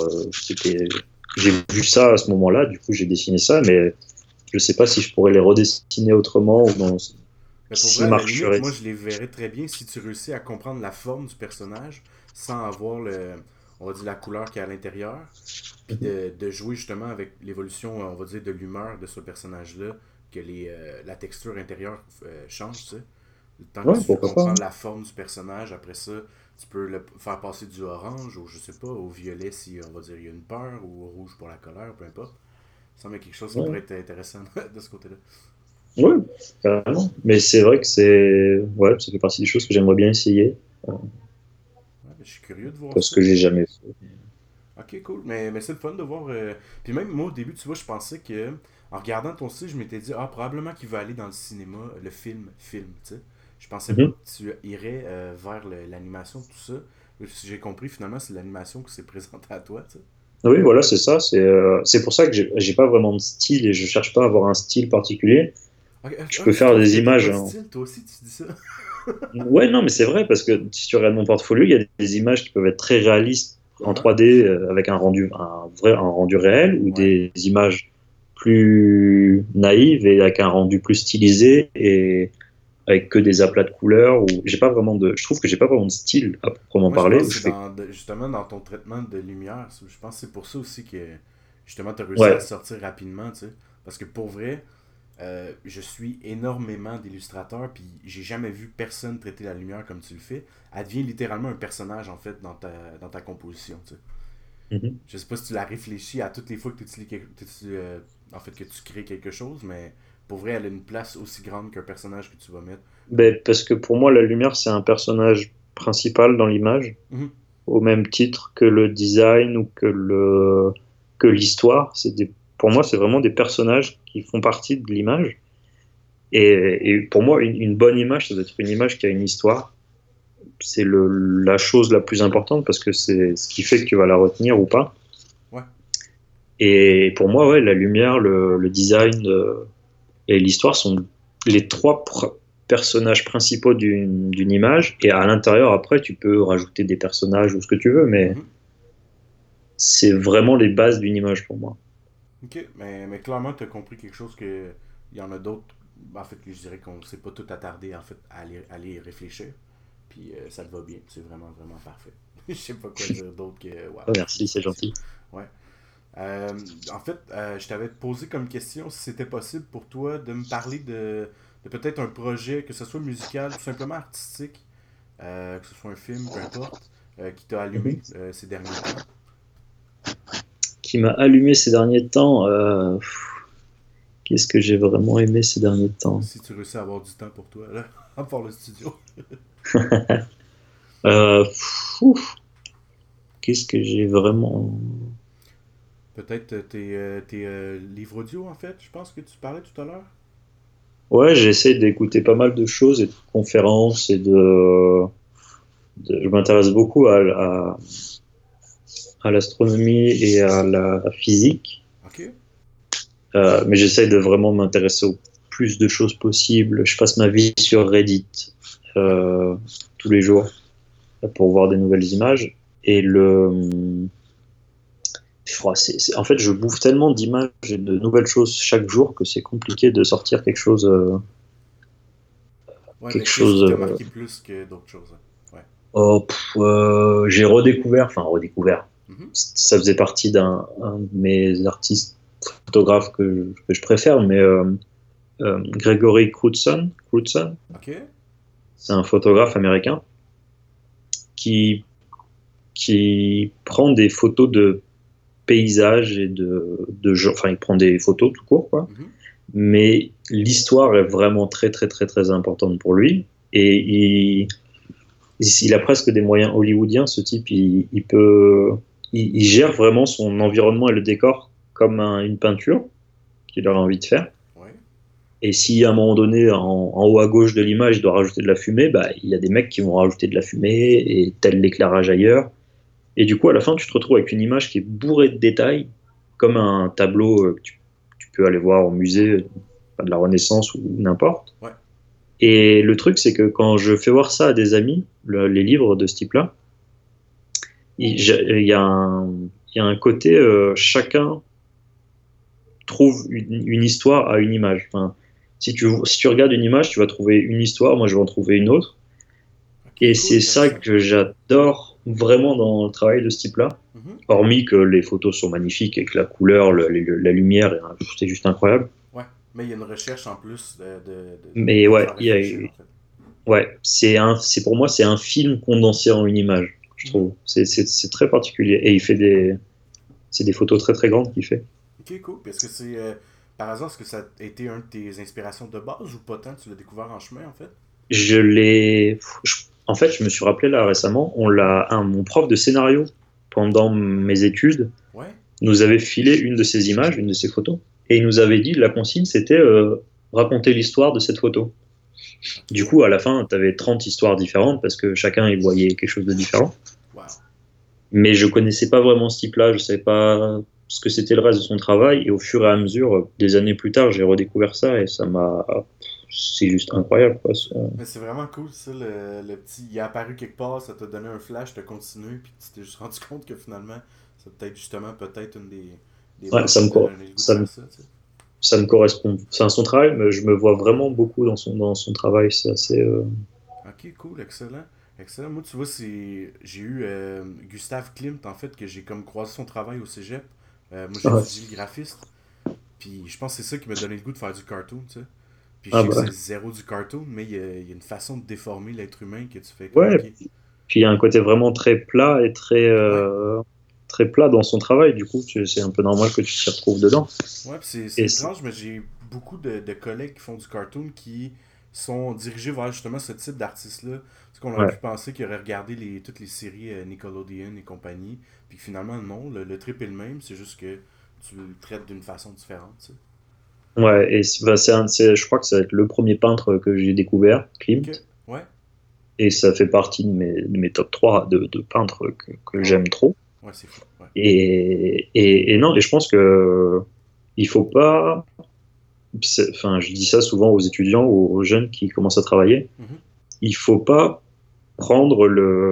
j'ai vu ça à ce moment-là, du coup j'ai dessiné ça, mais je sais pas si je pourrais les redessiner autrement ou mais pour vrai, s'ils à la limite, marcheraient. moi je les verrais très bien si tu réussis à comprendre la forme du personnage sans avoir on va dire, la couleur qui est à l'intérieur. Puis Mhm. de jouer justement avec l'évolution, on va dire, de l'humeur de ce personnage-là, que la texture intérieure change, tu sais. Tant que Ouais, tu pourquoi pas, comprends hein. la forme du personnage, après ça, tu peux le faire passer du orange ou je sais pas, au violet si on va dire il y a une peur, ou au rouge pour la colère, peu importe. Ça me semble quelque chose qui Ouais, pourrait être intéressant de ce côté-là. ouais, carrément. Mais c'est vrai que ouais, ça fait partie des choses que j'aimerais bien essayer euh, Ouais, je suis curieux de voir parce ça. que j'ai jamais fait. Ok, cool. Mais c'est le fun de voir. Puis même moi, au début, tu vois, je pensais que, en regardant ton style, je m'étais dit, ah, probablement qu'il va aller dans le cinéma, le film, tu sais. Je pensais pas Mhm. que tu irais vers l'animation, tout ça. Si j'ai compris, finalement, c'est l'animation qui s'est présentée à toi, tu sais. Oui, voilà, c'est ça. C'est pour ça que j'ai pas vraiment de style et je cherche pas à avoir un style particulier. Ok, Je peux tu faire trouves des que t'as images, pas de hein. style, toi aussi, tu dis ça? Ouais, non, mais c'est vrai parce que si tu regardes mon portfolio, il y a des images qui peuvent être très réalistes en Uh-huh. 3D avec un rendu réel ou Ouais. des images plus naïves et avec un rendu plus stylisé et avec que des aplats de couleurs. Ou j'ai pas vraiment je trouve que j'ai pas vraiment de style à proprement Moi, je parler. pense que Je c'est fais, justement dans ton traitement de lumière. Je pense que c'est pour ça aussi que, justement, t'as réussi à ouais, sortir rapidement, tu sais. Parce que pour vrai, je suis énormément d'illustrateurs, puis j'ai jamais vu personne traiter la lumière comme tu le fais. Elle devient littéralement un personnage, en fait, dans ta composition, tu sais. mhm. Je sais pas si tu l'as réfléchi à toutes les fois que en fait, que tu crées quelque chose, mais pour vrai, elle a une place aussi grande qu'un personnage que tu vas mettre. Puis, Ben, parce que pour moi, la lumière, c'est un personnage principal dans l'image, mhm, au même titre que le design ou que l'histoire. Pour moi, c'est vraiment des personnages qui font partie de l'image. Et pour moi, une bonne image, ça doit être une image qui a une histoire. C'est la chose la plus importante parce que c'est ce qui fait que tu vas la retenir ou pas. ouais. Et pour moi, ouais, la lumière, le design et l'histoire sont les trois personnages principaux d'une image. Et à l'intérieur, après, tu peux rajouter des personnages ou ce que tu veux, mais Mhm. c'est vraiment les bases d'une image pour moi. Ok, mais clairement, tu as compris quelque chose que il y en a d'autres. En fait, je dirais qu'on ne s'est pas tout attardé en fait, à aller réfléchir. Puis ça te va bien. C'est vraiment, vraiment parfait. Je sais pas quoi dire d'autre que Oh, wow, merci, c'est félicitations. gentil. Ouais. En fait, je t'avais posé comme question si c'était possible pour toi de me parler de peut-être un projet, que ce soit musical, tout simplement artistique, que ce soit un film, peu importe, qui t'a allumé Mhm. ces derniers temps. Qui m'a allumé ces derniers temps. Qu'est-ce que j'ai vraiment aimé ces derniers temps? Si tu réussis à avoir du temps pour toi, là, à part le studio. Euh, Ouf, qu'est-ce que j'ai vraiment. Peut-être tes livres audio, en fait, je pense que tu parlais tout à l'heure. Ouais, j'essaie d'écouter pas mal de choses et de conférences je m'intéresse beaucoup à l'astronomie et à la physique. Ok. Mais j'essaie de vraiment m'intéresser au plus de choses possibles. Je passe ma vie sur Reddit Ouais. euh, tous les jours pour voir des nouvelles images. Et en fait, je bouffe tellement d'images et de nouvelles choses chaque jour que c'est compliqué de sortir Ouais, quelque mais qu'est-ce chose. qui t'a marqué plus que d'autres choses? Hein? Ouais. Oh, j'ai redécouvert. Mhm. Ça faisait partie un de mes artistes photographes que je préfère, mais Gregory Crutzen, Ok. c'est un photographe américain qui, qui prend des photos de paysages et de gens, enfin, il prend des photos tout court, quoi. Mhm. Mais l'histoire est vraiment très, très, très, très importante pour lui. Et il a presque des moyens hollywoodiens, ce type. Il gère vraiment son environnement et le décor comme une peinture qu'il a envie de faire. Ouais. Et si à un moment donné, en haut à gauche de l'image, il doit rajouter de la fumée, bah, il y a des mecs qui vont rajouter de la fumée et tel l'éclairage ailleurs. Et du coup, à la fin, tu te retrouves avec une image qui est bourrée de détails, comme un tableau que tu peux aller voir au musée de la Renaissance ou n'importe. Ouais. Et le truc, c'est que quand je fais voir ça à des amis, les livres de ce type-là, il y a un côté, chacun trouve une histoire à une image. Enfin, si tu regardes une image, tu vas trouver une histoire, moi je vais en trouver une autre. Ok, Et cool, c'est ça que j'adore vraiment dans le travail de ce type-là. Mhm. Hormis que les photos sont magnifiques et que la couleur, la lumière, c'est juste incroyable. Ouais, mais il y a une recherche en plus Mais pour te ouais, faire réfléchir, en fait. ouais, pour moi, c'est un film condensé en une image, je Mhm. trouve. C'est très particulier. Et c'est des photos très très grandes qu'il fait. Ok, cool. Puis est-ce que c'est, par hasard, est-ce que ça a été un de tes inspirations de base ou pas tant, tu l'as découvert en chemin, en fait? Je l'ai. En fait, je me suis rappelé là récemment, Ouais. mon prof de scénario pendant mes études Ouais. nous avait filé une de ces images, une de ces photos, et il nous avait dit la consigne c'était raconter l'histoire de cette photo. Du Ok. coup, à la fin, tu avais 30 histoires différentes parce que chacun y voyait quelque chose de différent. Wow. Mais je connaissais pas vraiment ce type-là, je savais pas ce que c'était le reste de son travail, et au fur et à mesure, des années plus tard, j'ai redécouvert ça et ça m'a. C'est juste incroyable, quoi. Mais c'est vraiment cool, ça, le petit. Il est apparu quelque part, ça t'a donné un flash, t'as continué, puis tu t'es juste rendu compte que finalement, c'est peut-être justement peut-être une des Ouais, bases qui t'a donné le goût de faire ça, tu sais. ça me correspond. C'est son travail, mais je me vois vraiment beaucoup dans son travail. C'est assez. Ok, cool, excellent. Excellent. Moi, tu vois, j'ai eu Gustave Klimt, en fait, que j'ai comme croisé son travail au cégep. Moi, Ouais. j'étudie le graphiste. Puis je pense que c'est ça qui m'a donné le goût de faire du cartoon, tu sais. Puis je Ah sais que bah. c'est zéro du cartoon, mais il y a une façon de déformer l'être humain que tu fais comme, Ouais. ok. Puis il y a un côté vraiment très plat et Ouais, très plat dans son travail. Du coup, c'est un peu normal que tu t'y retrouves dedans. ouais, puis c'est Et étrange, mais j'ai beaucoup de collègues qui font du cartoon qui sont dirigés vers justement ce type d'artiste-là. Parce qu'on aurait pu ouais. penser qu'ils auraient regardé toutes les séries Nickelodeon et compagnie, puis que finalement, non, le trip est le même, c'est juste que tu le traites d'une façon différente, tu sais. Ouais, et bah, je crois que ça va être le premier peintre que j'ai découvert, Ok, Klimt, ouais, et ça fait partie de mes top 3 de peintres que ah ouais, j'aime trop. ouais, c'est fou, ouais. Et non, et je pense que il faut pas, enfin, je dis ça souvent aux étudiants, aux jeunes qui commencent à travailler, Mhm, il faut pas prendre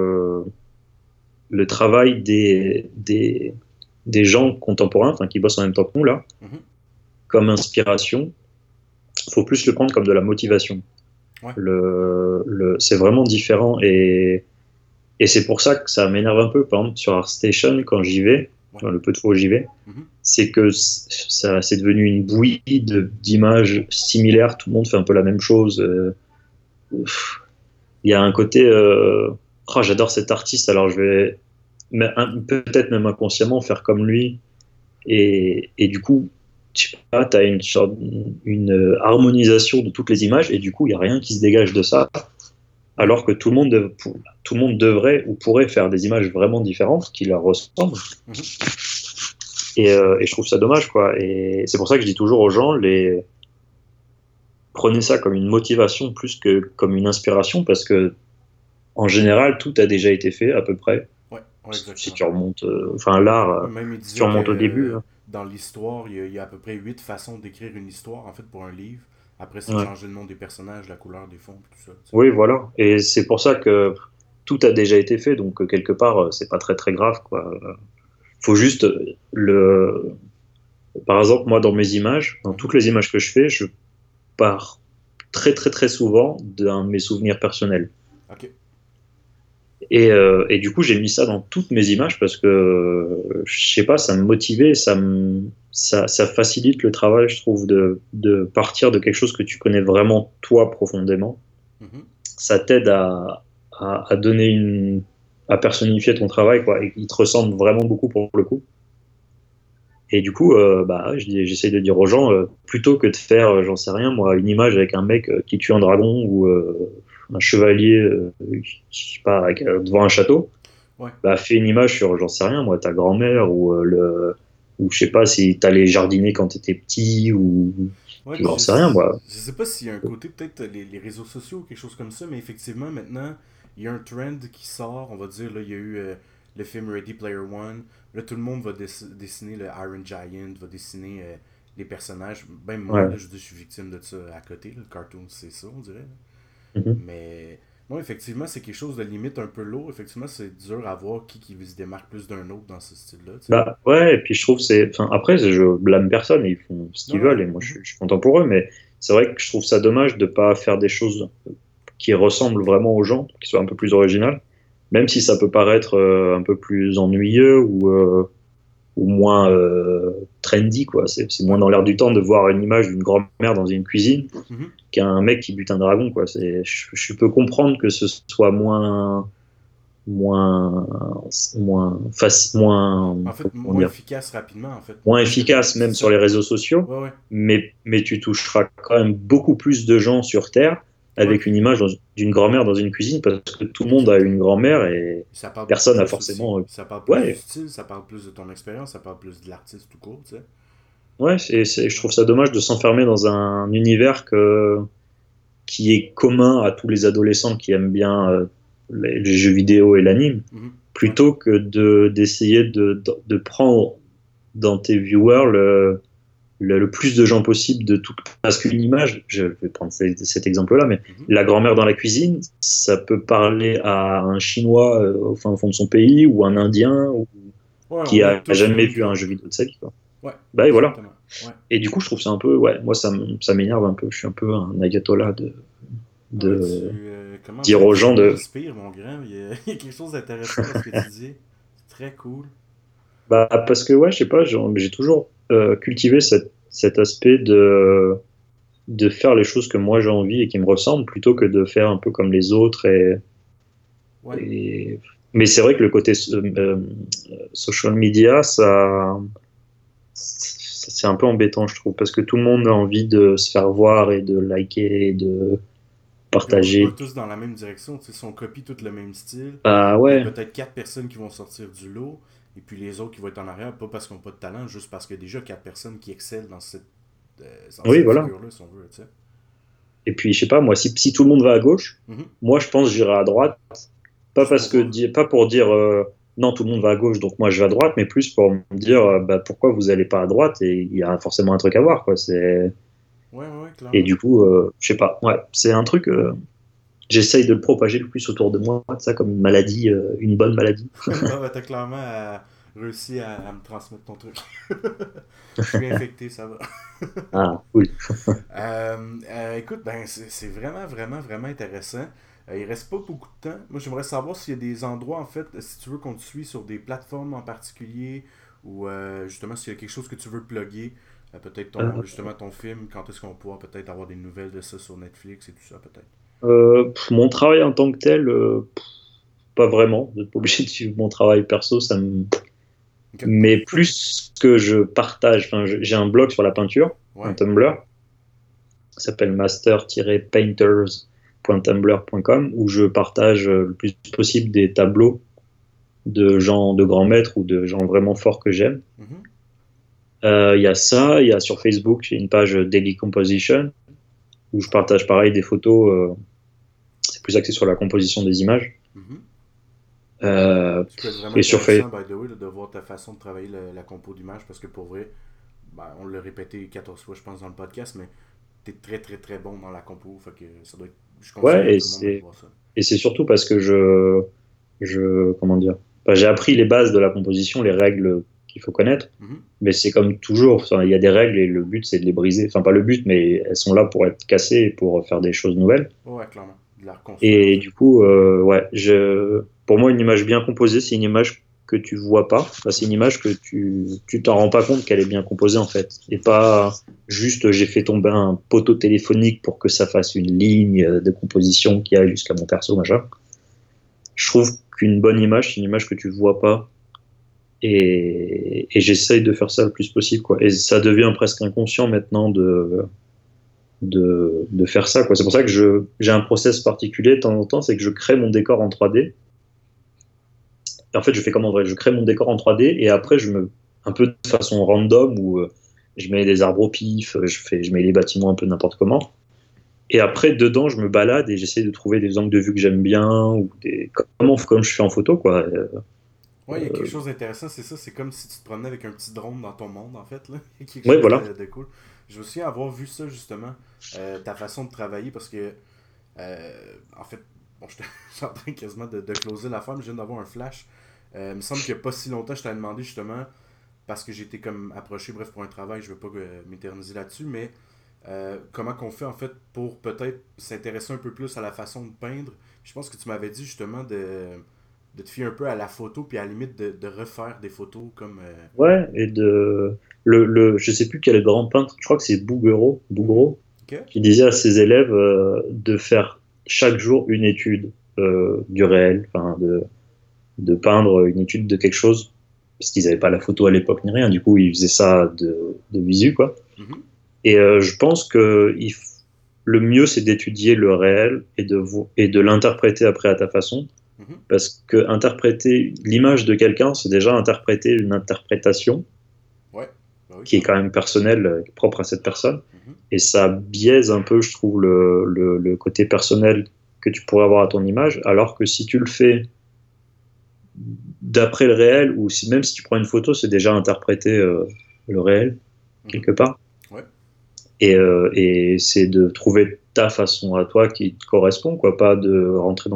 le travail des gens contemporains, enfin, qui bossent en même temps que nous, là, mhm, comme inspiration. Il faut plus le prendre comme de la motivation. ouais, C'est vraiment différent et c'est pour ça que ça m'énerve un peu. Par exemple, sur ArtStation, quand j'y vais, ouais, dans le peu de fois où j'y vais, mhm, c'est que ça, c'est devenu une bouillie d'images similaires. Tout le monde fait un peu la même chose. Il y a un côté, oh, j'adore cet artiste, alors je vais peut-être même inconsciemment faire comme lui. Et du coup, tu as une sorte, une harmonisation de toutes les images, et du coup, il n'y a rien qui se dégage de ça, ouais, alors que tout le monde devrait ou pourrait faire des images vraiment différentes qui leur ressemblent. mhm, Et je trouve ça dommage, quoi. Et c'est pour ça que je dis toujours aux gens, prenez ça comme une motivation plus que comme une inspiration, parce que en général, tout a déjà été fait à peu près. ouais, ouais, Si exactement. tu remontes, enfin l'art, Ouais, même il si tu disait remontes au que début, hein. dans l'histoire, il y a à peu près 8 façons d'écrire une histoire, en fait, pour un livre. Après, c'est de Ouais. changer le nom des personnages, la couleur des fonds, tout ça, tu sais. Oui, voilà. Et c'est pour ça que tout a déjà été fait, donc quelque part, c'est pas très très grave, quoi. Faut juste par exemple, moi, dans mes images, dans Mhm. toutes les images que je fais, je pars très très très souvent d'un de mes souvenirs personnels. Ok. Et du coup, j'ai mis ça dans toutes mes images parce que, je sais pas, ça me motivait, ça facilite le travail, je trouve, de partir de quelque chose que tu connais vraiment toi profondément. Mhm. Ça t'aide à donner à personnifier ton travail, quoi, et il te ressemble vraiment beaucoup pour le coup. Et du coup, bah, j'essaye de dire aux gens, plutôt que de faire, j'en sais rien, moi, une image avec un mec qui tue un dragon ou un chevalier qui part devant un château, Ouais. bah, fais une image sur, j'en sais rien, moi, ta grand-mère ou je sais pas si t'allais jardiner quand t'étais petit ou. Ouais, puis J'en sais rien, moi. je sais pas s'il y a un côté, peut-être les réseaux sociaux ou quelque chose comme ça, mais effectivement, maintenant, il y a un trend qui sort, on va dire, là, il y a eu le film Ready Player One, là, tout le monde va dessiner le Iron Giant, va dessiner les personnages, même moi, là, Ouais. je dis, je suis victime de ça à côté, là, le cartoon, c'est ça, on dirait. Mhm. Mais, moi, effectivement, c'est quelque chose de limite un peu lourd, effectivement, c'est dur à voir qui se démarque plus d'un autre dans ce style-là, tu sais. Bah ouais, et puis je trouve c'est. Enfin, après, je blâme personne, ils font ce Non, qu'ils non, veulent, non. et moi Mhm. je suis content pour eux, mais c'est vrai que je trouve ça dommage de pas faire des choses qui ressemblent vraiment aux gens, qui soient un peu plus originales, même si ça peut paraître un peu plus ennuyeux ou moins trendy, quoi. C'est moins Ouais. dans l'air du temps de voir une image d'une grand-mère dans une cuisine Mhm. qu'un mec qui bute un dragon, quoi. Je peux comprendre que ce soit moins, En fait, comment moins dire, efficace rapidement, en fait. moins Parce que, efficace c'est même sur les ça. réseaux sociaux, Ouais, ouais. mais tu toucheras quand même beaucoup plus de gens sur Terre Ouais, avec une puis image d'une grand-mère dans une cuisine parce que tout le monde a une exactement. grand-mère et Ça parle beaucoup personne n'a plus aussi. forcément. Ça parle plus du Ouais, style, ça parle plus de ton expérience, ça parle plus de l'artiste tout court, tu sais. ouais, Donc, je ouais. trouve ça dommage de s'enfermer dans un univers qui est commun à tous les adolescents qui aiment bien les jeux vidéo et l'anime, Mhm. Ouais. plutôt que d'essayer de prendre dans tes viewers le plus de gens possible de tout. Parce qu'une image, je vais prendre cet exemple-là, mais Mhm. la grand-mère dans la cuisine, ça peut parler à un Chinois au fin fond de son pays ou un Indien ou, Ouais, qui on a est tous jamais même vu un gros. jeu vidéo de sa vie. Quoi. Ouais, Bah et voilà. exactement. Ouais. Et du coup, je trouve ça un peu, ouais, moi ça m'énerve un peu. Je suis un peu un ayatollah Ah ouais, de comment dire dire, aux tu gens de. m'inspires, mon grand. Il y a quelque chose d'intéressant dans ce que tu dis. C'est très cool. Bah parce que ouais, je sais pas, j'ai toujours cultivé cet aspect de faire les choses que moi j'ai envie et qui me ressemblent plutôt que de faire un peu comme les autres Ouais. et... mais c'est vrai que le côté social media c'est un peu embêtant je trouve parce que tout le monde a envie de se faire voir et de liker et de Ouais, puis on se va partager. tous dans la même direction. Tu sais, si on copie tout le même style, Ah il y a ouais, peut-être quatre personnes qui vont sortir du lot, et puis les autres qui vont être en arrière, pas parce qu'ils n'ont pas de talent, juste parce qu'il y a déjà quatre personnes qui excellent dans oui cette voilà. figure-là, si on veut, tu sais. Et puis je sais pas moi si tout le monde va à gauche, Mhm. moi je pense que j'irai à droite. Pas Juste parce pour que voir. pas pour dire non tout le monde va à gauche donc moi je vais à droite, mais plus pour me dire bah, pourquoi vous allez pas à droite et il y a forcément un truc à voir quoi. C'est Ouais, ouais, ouais, et clairement. du coup je sais pas ouais c'est un truc j'essaye de le propager le plus autour de moi ça comme une maladie une bonne maladie. Bah, bah, t'as clairement réussi à me transmettre ton truc. Je suis infecté, ça va. Ah cool. Écoute, ben, c'est vraiment, vraiment, vraiment intéressant. Il reste pas beaucoup de temps. Moi, j'aimerais savoir s'il y a des endroits, en fait, si tu veux qu'on te suive sur des plateformes en particulier, ou justement s'il y a quelque chose que tu veux plugger, peut-être Euh, justement ton film, quand est-ce qu'on pourra peut-être avoir des nouvelles de ça sur Netflix et tout ça, peut-être. mon travail en tant que tel pas vraiment vous n'êtes pas obligé de suivre mon travail perso ça me Ok. mais plus que je partage enfin j'ai un blog sur la peinture un Ouais. Tumblr qui s'appelle master-painters.tumblr.com où je partage le plus possible des tableaux de gens de grands maîtres ou de gens vraiment forts que j'aime. Mhm. Il y a ça, il y a sur Facebook, j'ai une page Daily Composition où je partage pareil des photos, c'est plus axé sur la composition des images. Mhm. Euh, Ce peut être vraiment et sur Facebook, intéressant, by the way, là, de voir ta façon de travailler la compo d'image, parce que pour vrai, ben, on l'a répété 14 fois, je pense, dans le podcast, mais t'es très, très, très bon dans la compo. Fait que ça doit être. Je conseillerais ouais, à tout le monde d'aller voir ça. et c'est surtout parce que comment dire, enfin, j'ai appris les bases de la composition, les règles qu'il faut connaître. Mhm. Mais c'est comme toujours, enfin, il y a des règles et le but c'est de les briser. Enfin, pas le but, mais elles sont là pour être cassées et pour faire des choses nouvelles. Ouais, clairement. De la reconstruire, en Et fait. du coup, ouais, pour moi, une image bien composée, c'est une image que tu vois pas. Enfin, c'est une image que tu t'en rends pas compte qu'elle est bien composée en fait. Et pas juste j'ai fait tomber un poteau téléphonique pour que ça fasse une ligne de composition qui aille jusqu'à mon perso, machin. Je trouve qu'une bonne image, c'est une image que tu vois pas et j'essaye de faire ça le plus possible quoi et ça devient presque inconscient maintenant de faire ça quoi c'est pour ça que j'ai un process particulier de temps en temps c'est que je crée mon décor en 3D et en fait je fais comme en vrai je crée mon décor en 3D et Mhm. après je me un peu de façon random ou je mets des arbres au pif, je mets les bâtiments un peu n'importe comment. Et après, dedans, je me balade et j'essaie de trouver des angles de vue que j'aime bien, ou comme je fais en photo, quoi. Ouais, il y a quelque chose d'intéressant, c'est ça. C'est comme si tu te promenais avec un petit drone dans ton monde, en fait. Là. Il y a quelque Ouais, chose voilà. de cool. Je me souviens avoir vu ça, justement, ta façon de travailler, parce que, en fait, bon, je suis en train quasiment de closer l'affaire, mais je viens d'avoir un flash. Il me semble qu'il n'y a pas si longtemps, je t'avais demandé, justement, parce que j'ai été comme approché, bref, pour un travail, je ne veux pas m'éterniser là-dessus, mais comment qu'on fait, en fait, pour peut-être s'intéresser un peu plus à la façon de peindre. Je pense que tu m'avais dit, justement, de te fier un peu à la photo, puis à la limite de refaire des photos comme. Ouais, et je sais plus quel grand peintre, je crois que c'est Bouguereau, Ok. qui disait à ses élèves de faire chaque jour une étude du réel, enfin de peindre une étude de quelque chose, parce qu'ils n'avaient pas la photo à l'époque ni rien, du coup ils faisaient ça de visu, quoi. Mhm. Et je pense que le mieux c'est d'étudier le réel et de l'interpréter après à ta façon, Mhm. parce que interpréter l'image de quelqu'un, c'est déjà interpréter une interprétation Ouais. Bah oui, qui est quand clairement. même personnelle, propre à cette personne. Mhm. Et ça biaise un peu, je trouve, le côté personnel que tu pourrais avoir à ton image, alors que si tu le fais d'après le réel, ou même si tu prends une photo, c'est déjà interpréter le réel, Mhm. quelque part. Ouais. Et c'est de trouver ta façon à toi qui te correspond, quoi, pas de rentrer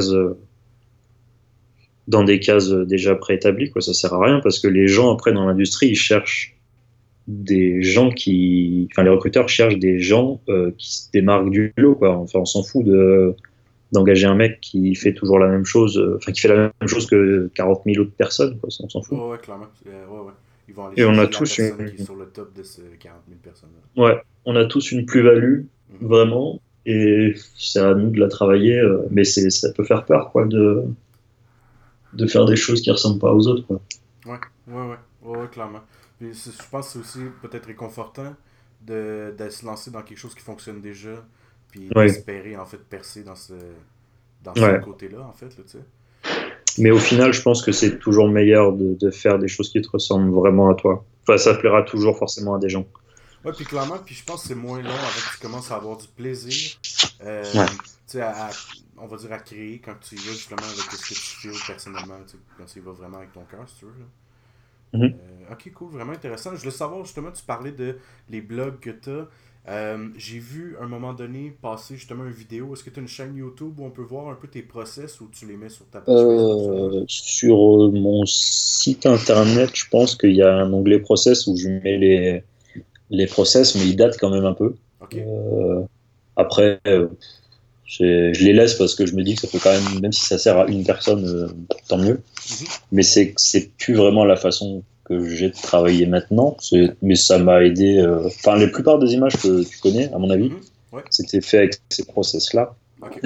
dans des cases déjà préétablies, quoi. Ça sert à rien parce que les gens, après, dans l'industrie, ils cherchent des gens enfin, les recruteurs cherchent des gens qui se démarquent du lot, quoi. Enfin, on s'en fout d'engager un mec qui fait toujours la même chose, enfin, qui fait la même chose que 40 000 autres personnes, quoi. Ça, on s'en fout. Ouais, ouais, clairement. Ouais, ouais. Ils vont aller Et on a chercher la tous personne qui est sur le top de ces 40 000 personnes-là. ouais, on a tous une plus-value, Mhm. vraiment, et c'est à nous de la travailler, mais ça peut faire peur, quoi, de faire des choses qui ressemblent pas aux autres, quoi. Ouais, ouais, ouais, ouais, ouais, clairement. Puis je pense que c'est aussi peut-être réconfortant de se lancer dans quelque chose qui fonctionne déjà, puis Ouais, d'espérer en fait percer dans ce ouais. côté-là, en fait, là, tu sais. Mais au final, je pense que c'est toujours meilleur de faire des choses qui te ressemblent vraiment à toi. Enfin, ça plaira toujours forcément à des gens. Ouais, puis clairement, puis je pense que c'est moins long avant que tu commences à avoir du plaisir, Ouais. tu sais, on va dire à créer quand tu y vas justement avec ce que tu feels personnellement, tu sais, quand tu y vas vraiment avec ton cœur, si tu veux, là. Mhm. Ok, cool, vraiment intéressant. Je voulais savoir justement, tu parlais de les blogs que tu as. J'ai vu à un moment donné passer justement une vidéo. Est-ce que tu as une chaîne YouTube où on peut voir un peu tes process ou tu les mets sur ta page Facebook seulement? Sur mon site internet, je pense qu'il y a un onglet process où je mets les process, mais ils datent quand même un peu. Ok. Euh, Après, je les laisse parce que je me dis que ça peut quand même si ça sert à une personne, tant mieux. Mhm. Mais c'est plus vraiment la façon que j'ai de travailler maintenant. Mais ça m'a aidé. Enfin, la plupart des images que tu connais, à mon avis, Mhm. Ouais. c'était fait avec ces process-là. Ok.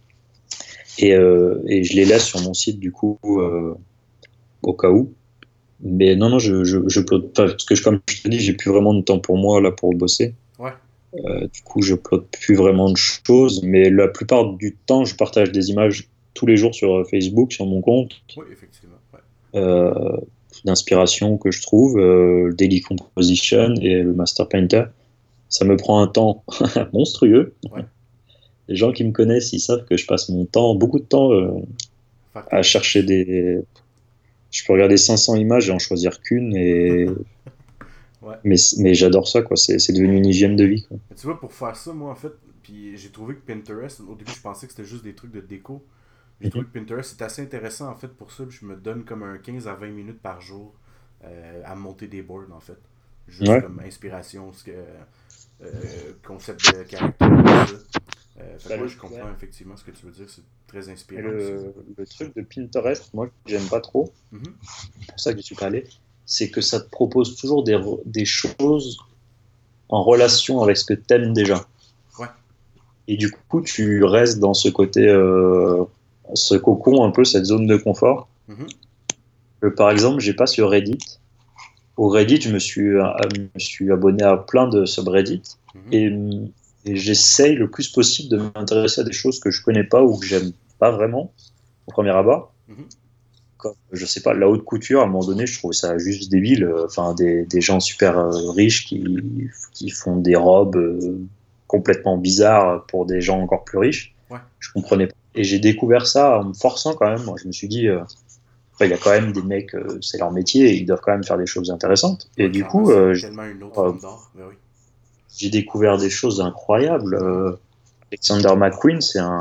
Et je les laisse sur mon site, du coup, au cas où. Mais non, non, je upload pas. Parce que, comme je te dis, j'ai plus vraiment de temps pour moi, là, pour bosser. Ouais. Du coup, je upload plus vraiment de choses. Mais la plupart du temps, je partage des images tous les jours sur Facebook, sur mon compte. Oui, effectivement. Ouais. Euh, D'inspiration que je trouve, le Daily Composition et le Master Painter. Ça me prend un temps monstrueux. Ouais. Les gens qui me connaissent, ils savent que je passe beaucoup de temps Faire tes à chercher recherches. des. Je peux regarder 500 images et en choisir qu'une, Ouais. mais j'adore ça, quoi. C'est devenu une hygiène de vie, quoi. Mais tu vois, pour faire ça, moi, en fait, puis j'ai trouvé que Pinterest, au début, je pensais que c'était juste des trucs de déco. J'ai trouvé Mhm. que Pinterest c'est assez intéressant, en fait, pour ça. Puis je me donne comme un 15 à 20 minutes par jour à monter des boards, en fait. Juste Ouais. comme inspiration, concept de caractère, tout ça. Fait Bah, que ouais, je ouais. comprends effectivement ce que tu veux dire. C'est très Et inspirant aussi. le truc de Pinterest, moi, que j'aime pas trop, Mhm. c'est pour ça que je suis pas allé, c'est que ça te propose toujours des choses en relation avec ce que t'aimes déjà. Ouais. Et du coup, tu restes dans ce côté, ce cocon, un peu cette zone de confort. Mhm. Par exemple, j'ai pas sur Reddit. Au Reddit, me suis abonné à plein de subreddits Mhm. et, et j'essaye le plus possible de m'intéresser à des choses que je connais pas ou que j'aime pas vraiment au premier abord. Mhm. comme, je sais pas, la haute couture, à un moment donné, je trouve ça juste débile. Enfin, des gens super riches qui font des robes complètement bizarres pour des gens encore plus riches. Ouais. Je comprenais pas. Et j'ai découvert ça en me forçant quand même. Moi, je me suis dit, enfin, il y a quand même des mecs, c'est leur métier, et ils doivent quand même faire des choses intéressantes. Et Ouais, du clairement, coup, c'est tellement une autre euh, forme d'art. Ben oui. j'ai découvert des choses incroyables. Alexander McQueen,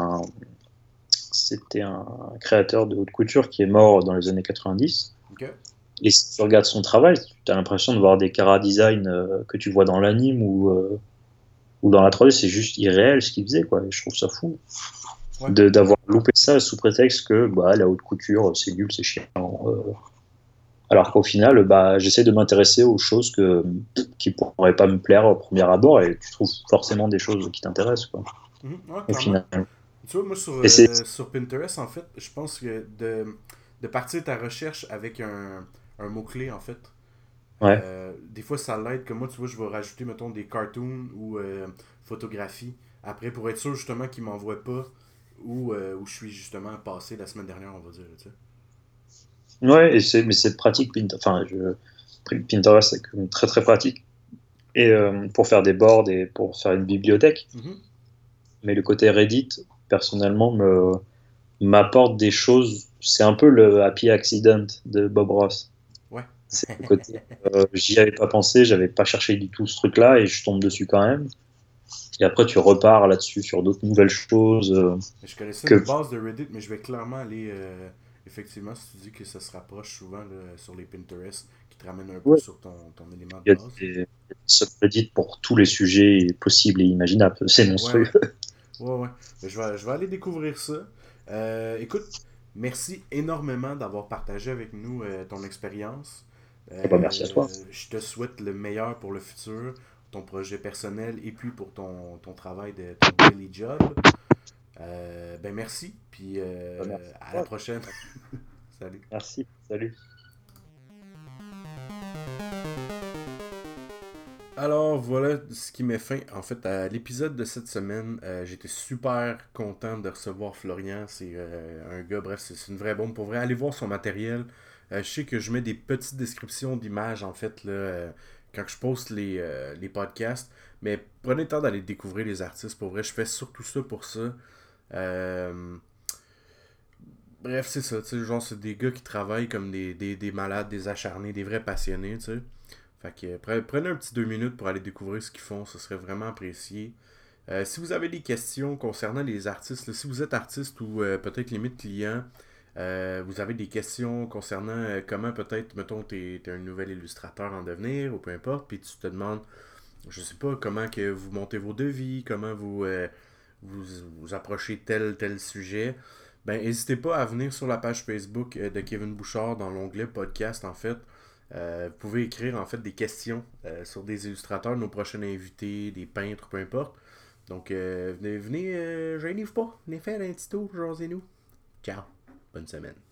c'était un créateur de haute couture qui est mort dans les années 90. Ok. Et si tu regardes son travail, tu as l'impression de voir des Cara Design que tu vois dans l'anime ou dans la 3D. C'est juste irréel ce qu'il faisait, quoi. Et je trouve ça fou Ouais. d'avoir loupé ça sous prétexte que bah, la haute couture, c'est nul, c'est chiant. Alors qu'au final, bah, j'essaie de m'intéresser aux choses qui pourraient pas me plaire au premier abord, et tu trouves forcément des choses qui t'intéressent, quoi, Ouais, au clairement. final. Tu vois, moi, Et c'est sur Pinterest, en fait, je pense que de partir ta recherche avec un mot-clé, en fait, ouais. des fois, ça l'aide. Comme moi, tu vois, je vais rajouter, mettons, des cartoons ou photographies. Après, pour être sûr, justement, qu'ils m'envoient pas où je suis, justement, passé la semaine dernière, on va dire, tu sais. Ouais, mais c'est pratique, Pinterest, c'est quand même très très pratique. Et pour faire des boards et pour faire une bibliothèque. Mhm. Mais le côté Reddit, personnellement, m'apporte des choses. C'est un peu le happy accident de Bob Ross. Ouais. C'est le côté, j'y avais pas pensé, j'avais pas cherché du tout ce truc-là et je tombe dessus quand même. Et après, tu repars là-dessus sur d'autres nouvelles choses. Je connaissais Que une base de Reddit, mais je vais clairement aller, effectivement, si tu dis que ça se rapproche souvent là, sur les Pinterest, qui te ramènent un peu ouais, sur ton élément de il y a base. des subreddits pour tous les sujets possibles et imaginables. C'est Ouais, ouais. monstrueux. Ouais, ouais. Mais je vais aller découvrir ça. Écoute, merci énormément d'avoir partagé avec nous ton expérience. Et bah, merci à toi. Je te souhaite le meilleur pour le futur, ton projet personnel et puis pour ton travail de ton daily job. Ben merci, puis Bah, merci à à la toi. prochaine. Salut. Merci. Salut. Alors voilà ce qui met fin en fait à l'épisode de cette semaine. J'étais super content de recevoir Florian. C'est un gars, bref, c'est une vraie bombe pour vrai. Allez voir son matériel. Je sais que je mets des petites descriptions d'images en fait là, quand je poste les podcasts. Mais prenez le temps d'aller découvrir les artistes. Pour vrai, je fais surtout ça pour ça. Euh, Bref, c'est ça. Tu sais, genre, c'est des gars qui travaillent comme des malades, des acharnés, des vrais passionnés, tu sais. Fait que prenez un petit 2 minutes pour aller découvrir ce qu'ils font, ce serait vraiment apprécié. Si vous avez des questions concernant les artistes, là, si vous êtes artiste ou peut-être limite client, vous avez des questions concernant comment peut-être, mettons, t'es un nouvel illustrateur en devenir ou peu importe, puis tu te demandes, je sais pas, comment que vous montez vos devis, comment vous, vous approchez tel sujet, ben n'hésitez pas à venir sur la page Facebook de Kevin Bouchard dans l'onglet podcast en fait. Vous pouvez écrire en fait des questions sur des illustrateurs, nos prochains invités, des peintres, peu importe. Donc venez, gênez-vous pas, venez faire un petit tour, jasez-nous. Ciao, bonne semaine.